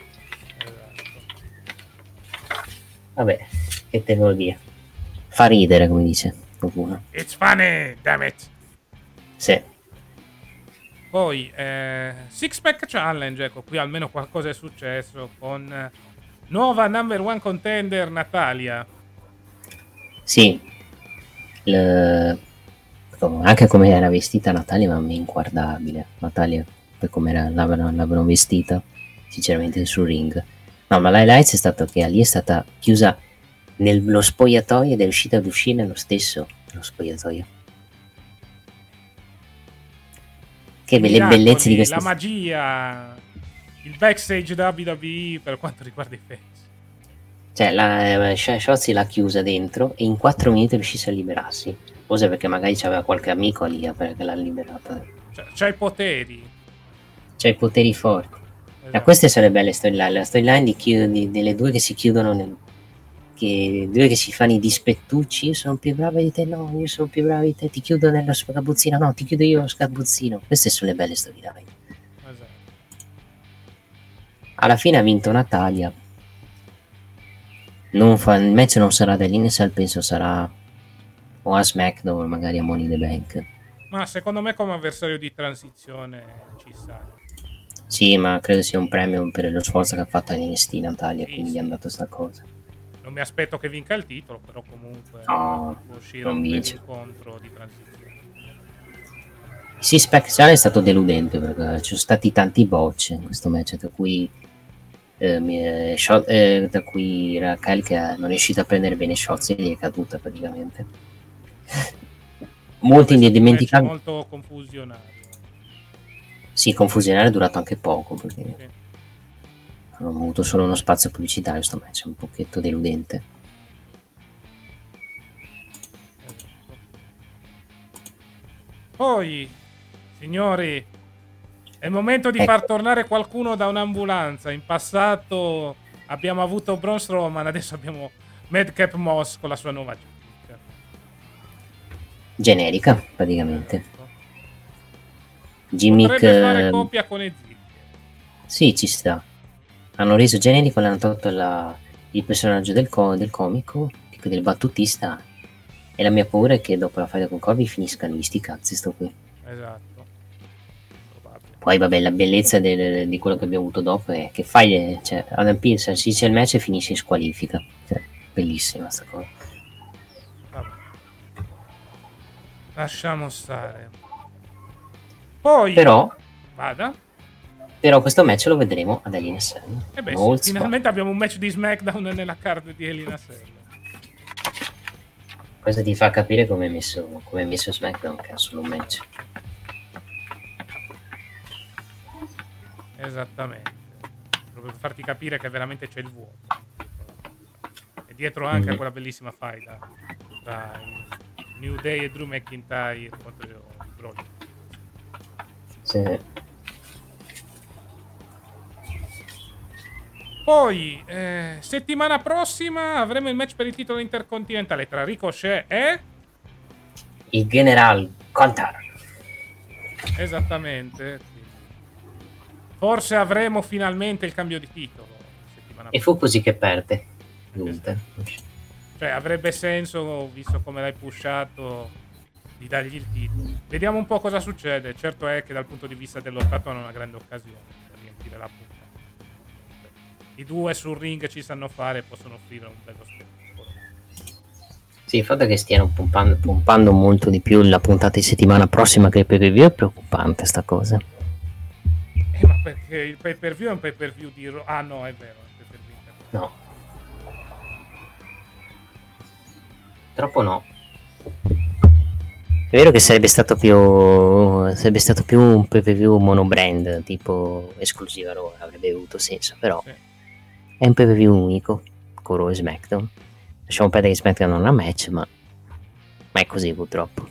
Vabbè, che te devo dire? Fa ridere, come dice qualcuno.
It's funny, damn it.
Sì.
Poi Six Pack Challenge, ecco, qui almeno qualcosa è successo con nuova number one contender Natalia.
Sì. Anche come era vestita Natalia, ma inguardabile. Natalia, per come l'avevano vestita, sinceramente, sul ring. No, ma l'highlight è stato che lì è stata chiusa nello spogliatoio ed è riuscita ad uscire lo stesso lo spogliatoio. Che belle bellezze di questa.
La magia, il backstage WWE per quanto riguarda i fans.
Cioè, Shotzi l'ha chiusa dentro e in 4 minuti è riuscita a liberarsi. Forse perché magari c'aveva qualche amico lì perché l'ha liberata.
C'ha i poteri.
C'ha i poteri forti.
Esatto.
Queste sono le belle storyline. La storyline delle due che si chiudono due che si fanno i dispettucci. Io sono più brava di te, no, io sono più brava di te, ti chiudo nello scabuzzino, no, ti chiudo io lo scabuzzino. Queste sono le belle storyline.
Esatto.
Alla fine ha vinto Natalia. Il match non sarà dell'Insel, penso sarà o a SmackDown, magari a Money in the Bank.
Ma secondo me come avversario di transizione ci sta.
Sì, ma credo sia un premio per lo sforzo che ha fatto NXT Natalia, sì, quindi gli è andato sta cosa.
Non mi aspetto che vinca il titolo, però comunque
può
uscire un incontro di transizione.
Sì, Spectral è stato deludente perché ci sono stati tanti botch in questo match, tra cui Raquel che non è riuscita a prendere bene shots e gli è caduta praticamente. Molti indimenticabili.
Molto confusionario.
Sì, confusionario è durato anche poco perché hanno avuto solo uno spazio pubblicitario sto match, un pochetto deludente.
Poi, signori, è il momento di far tornare qualcuno da un'ambulanza. In passato abbiamo avuto Braun Strowman, adesso abbiamo Madcap Moss con la sua nuova gimmick.
Generica, praticamente. Gimmick...
Potrebbe fare coppia con Ezekiel.
Sì, ci sta. Hanno reso generico, l'hanno tolto il personaggio del comico, tipo del battutista, e la mia paura è che dopo la fight con Corby finiscano gli sti cazzi sto qui.
Esatto. Probabile.
Poi vabbè, la bellezza di quello che abbiamo avuto dopo è che fai, cioè, Adam Pearce si dice il match e finisce in squalifica, cioè, bellissima sta cosa.
Vabbè. Lasciamo stare. Poi
Però questo match lo vedremo ad Hell in a Cell.
E beh, sì, finalmente abbiamo un match di SmackDown nella card di Hell in a Cell.
Questo ti fa capire come è messo SmackDown, che ha solo un match.
Esattamente. Proprio per farti capire che veramente c'è il vuoto. E dietro anche a quella bellissima fight tra New Day e Drew McIntyre contro Broly.
Sì.
Poi, settimana prossima avremo il match per il titolo intercontinentale tra Ricochet e...
il General Contar.
Esattamente. Forse avremo finalmente il cambio di titolo.
E fu così che perde.
Cioè, avrebbe senso, visto come l'hai pushato, di dargli il titolo. Vediamo un po' cosa succede. Certo è che dal punto di vista dello Stato hanno una grande occasione per riempire la punta. I due sul ring ci sanno fare, possono offrire un bello spettacolo.
Sì, il fatto che stiano pompando molto di più la puntata di settimana prossima che il pay-per-view è preoccupante sta cosa.
Ma perché il pay-per-view è un pay-per-view di... Ah no, è vero, è un pay-per-view.
No. Troppo no. È vero che sarebbe stato più un pay-per-view monobrand, tipo esclusiva Raw, avrebbe avuto senso, però sì. È un pay-per-view unico con Raw e SmackDown. Lasciamo perdere che SmackDown non ha match, ma è così purtroppo.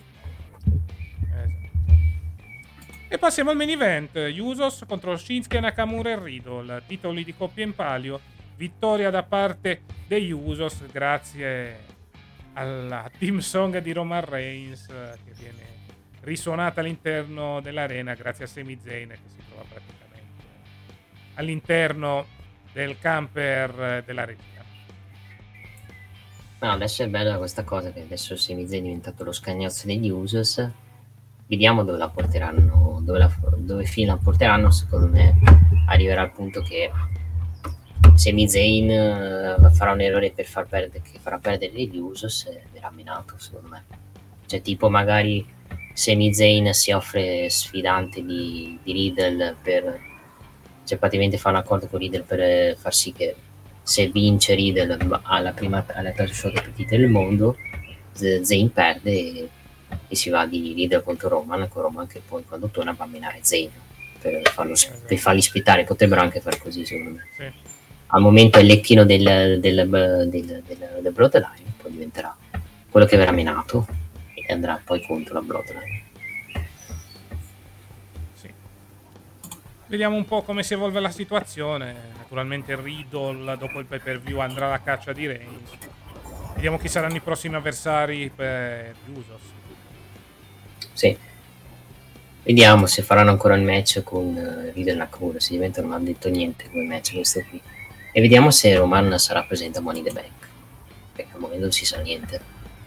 E passiamo al main event. Usos contro Shinsuke Nakamura e Riddle, titoli di coppia in palio, vittoria da parte degli Usos grazie alla team song di Roman Reigns che viene risuonata all'interno dell'arena grazie a Sami Zayn, che si trova praticamente all'interno del camper della regia.
No, adesso è bella questa cosa che adesso Sami Zayn è diventato lo scagnozzo degli Usos. Vediamo dove la porteranno, dove fine la porteranno. Secondo me arriverà al punto che Sami Zayn farà un errore che farà perdere gli Usos e verrà minato, secondo me. Cioè tipo magari Sami Zayn si offre sfidante di Riddle cioè praticamente fa un accordo con Riddle per far sì che se vince Riddle alla title shot più titoli del mondo, Zayn perde e si va di Riddle contro Roman, con Roman che poi quando torna va a minare Zayn per farli splittare. Potrebbero anche fare così, secondo me. Sì. Al momento è il lecchino del Bloodline, poi diventerà quello che verrà minato e andrà poi contro la Bloodline.
Sì. Vediamo un po' come si evolve la situazione. Naturalmente Riddle dopo il pay-per-view andrà alla caccia di Reigns. Vediamo chi saranno i prossimi avversari per Usos.
Sì. Vediamo se faranno ancora il match con Riddle e Nakamura. Se diventa non ha detto niente come match questo qui. E vediamo se Roman sarà presente a Money in the Bank, perché al momento non si sa niente.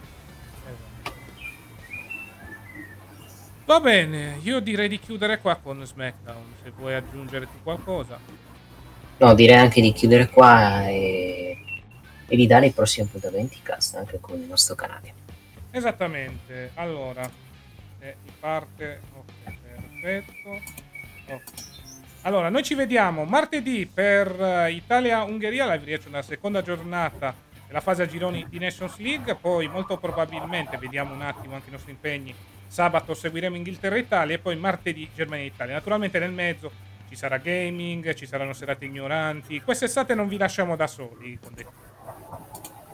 Va bene, io direi di chiudere qua con SmackDown, se vuoi aggiungere tu qualcosa.
No, direi anche di chiudere qua e di dare i prossimi appuntamenti cast anche con il nostro canale.
Esattamente, allora parte ok, perfetto. Okay. Allora, noi ci vediamo martedì per Italia-Ungheria, live reaction della seconda giornata della fase a gironi di Nations League. Poi molto probabilmente, vediamo un attimo anche i nostri impegni, sabato seguiremo Inghilterra e Italia e poi martedì Germania e Italia. Naturalmente nel mezzo ci sarà gaming, ci saranno serate ignoranti. Quest'estate non vi lasciamo da soli.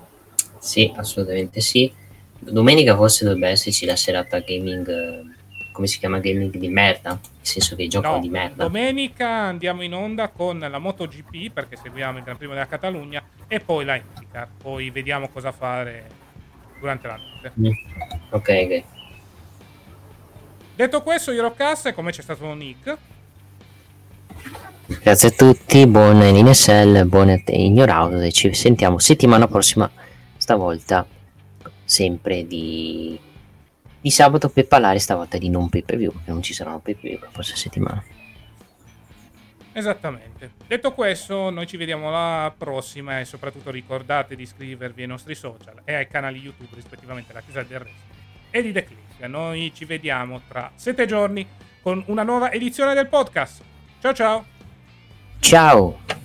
Sì, assolutamente sì. Domenica forse dovrebbe esserci la serata gaming come si chiama, gaming di merda, nel senso che gioco di merda.
Domenica andiamo in onda con la MotoGP, perché seguiamo il Gran Premio della Catalogna, e poi la IndyCar, poi vediamo cosa fare durante la notte.
Ok.
Detto questo, Eurocast, come c'è stato Nick?
Grazie a tutti, buon NSL, buon Ignoraut, e ci sentiamo settimana prossima, stavolta sempre di sabato, per parlare stavolta di non pay per view, perché non ci saranno pay per view la prossima settimana.
Esattamente. Detto questo, noi ci vediamo la prossima, e soprattutto ricordate di iscrivervi ai nostri social e ai canali YouTube rispettivamente la Chiesa del Wrestling e di The Click. Noi ci vediamo tra 7 giorni con una nuova edizione del podcast. Ciao ciao!
Ciao!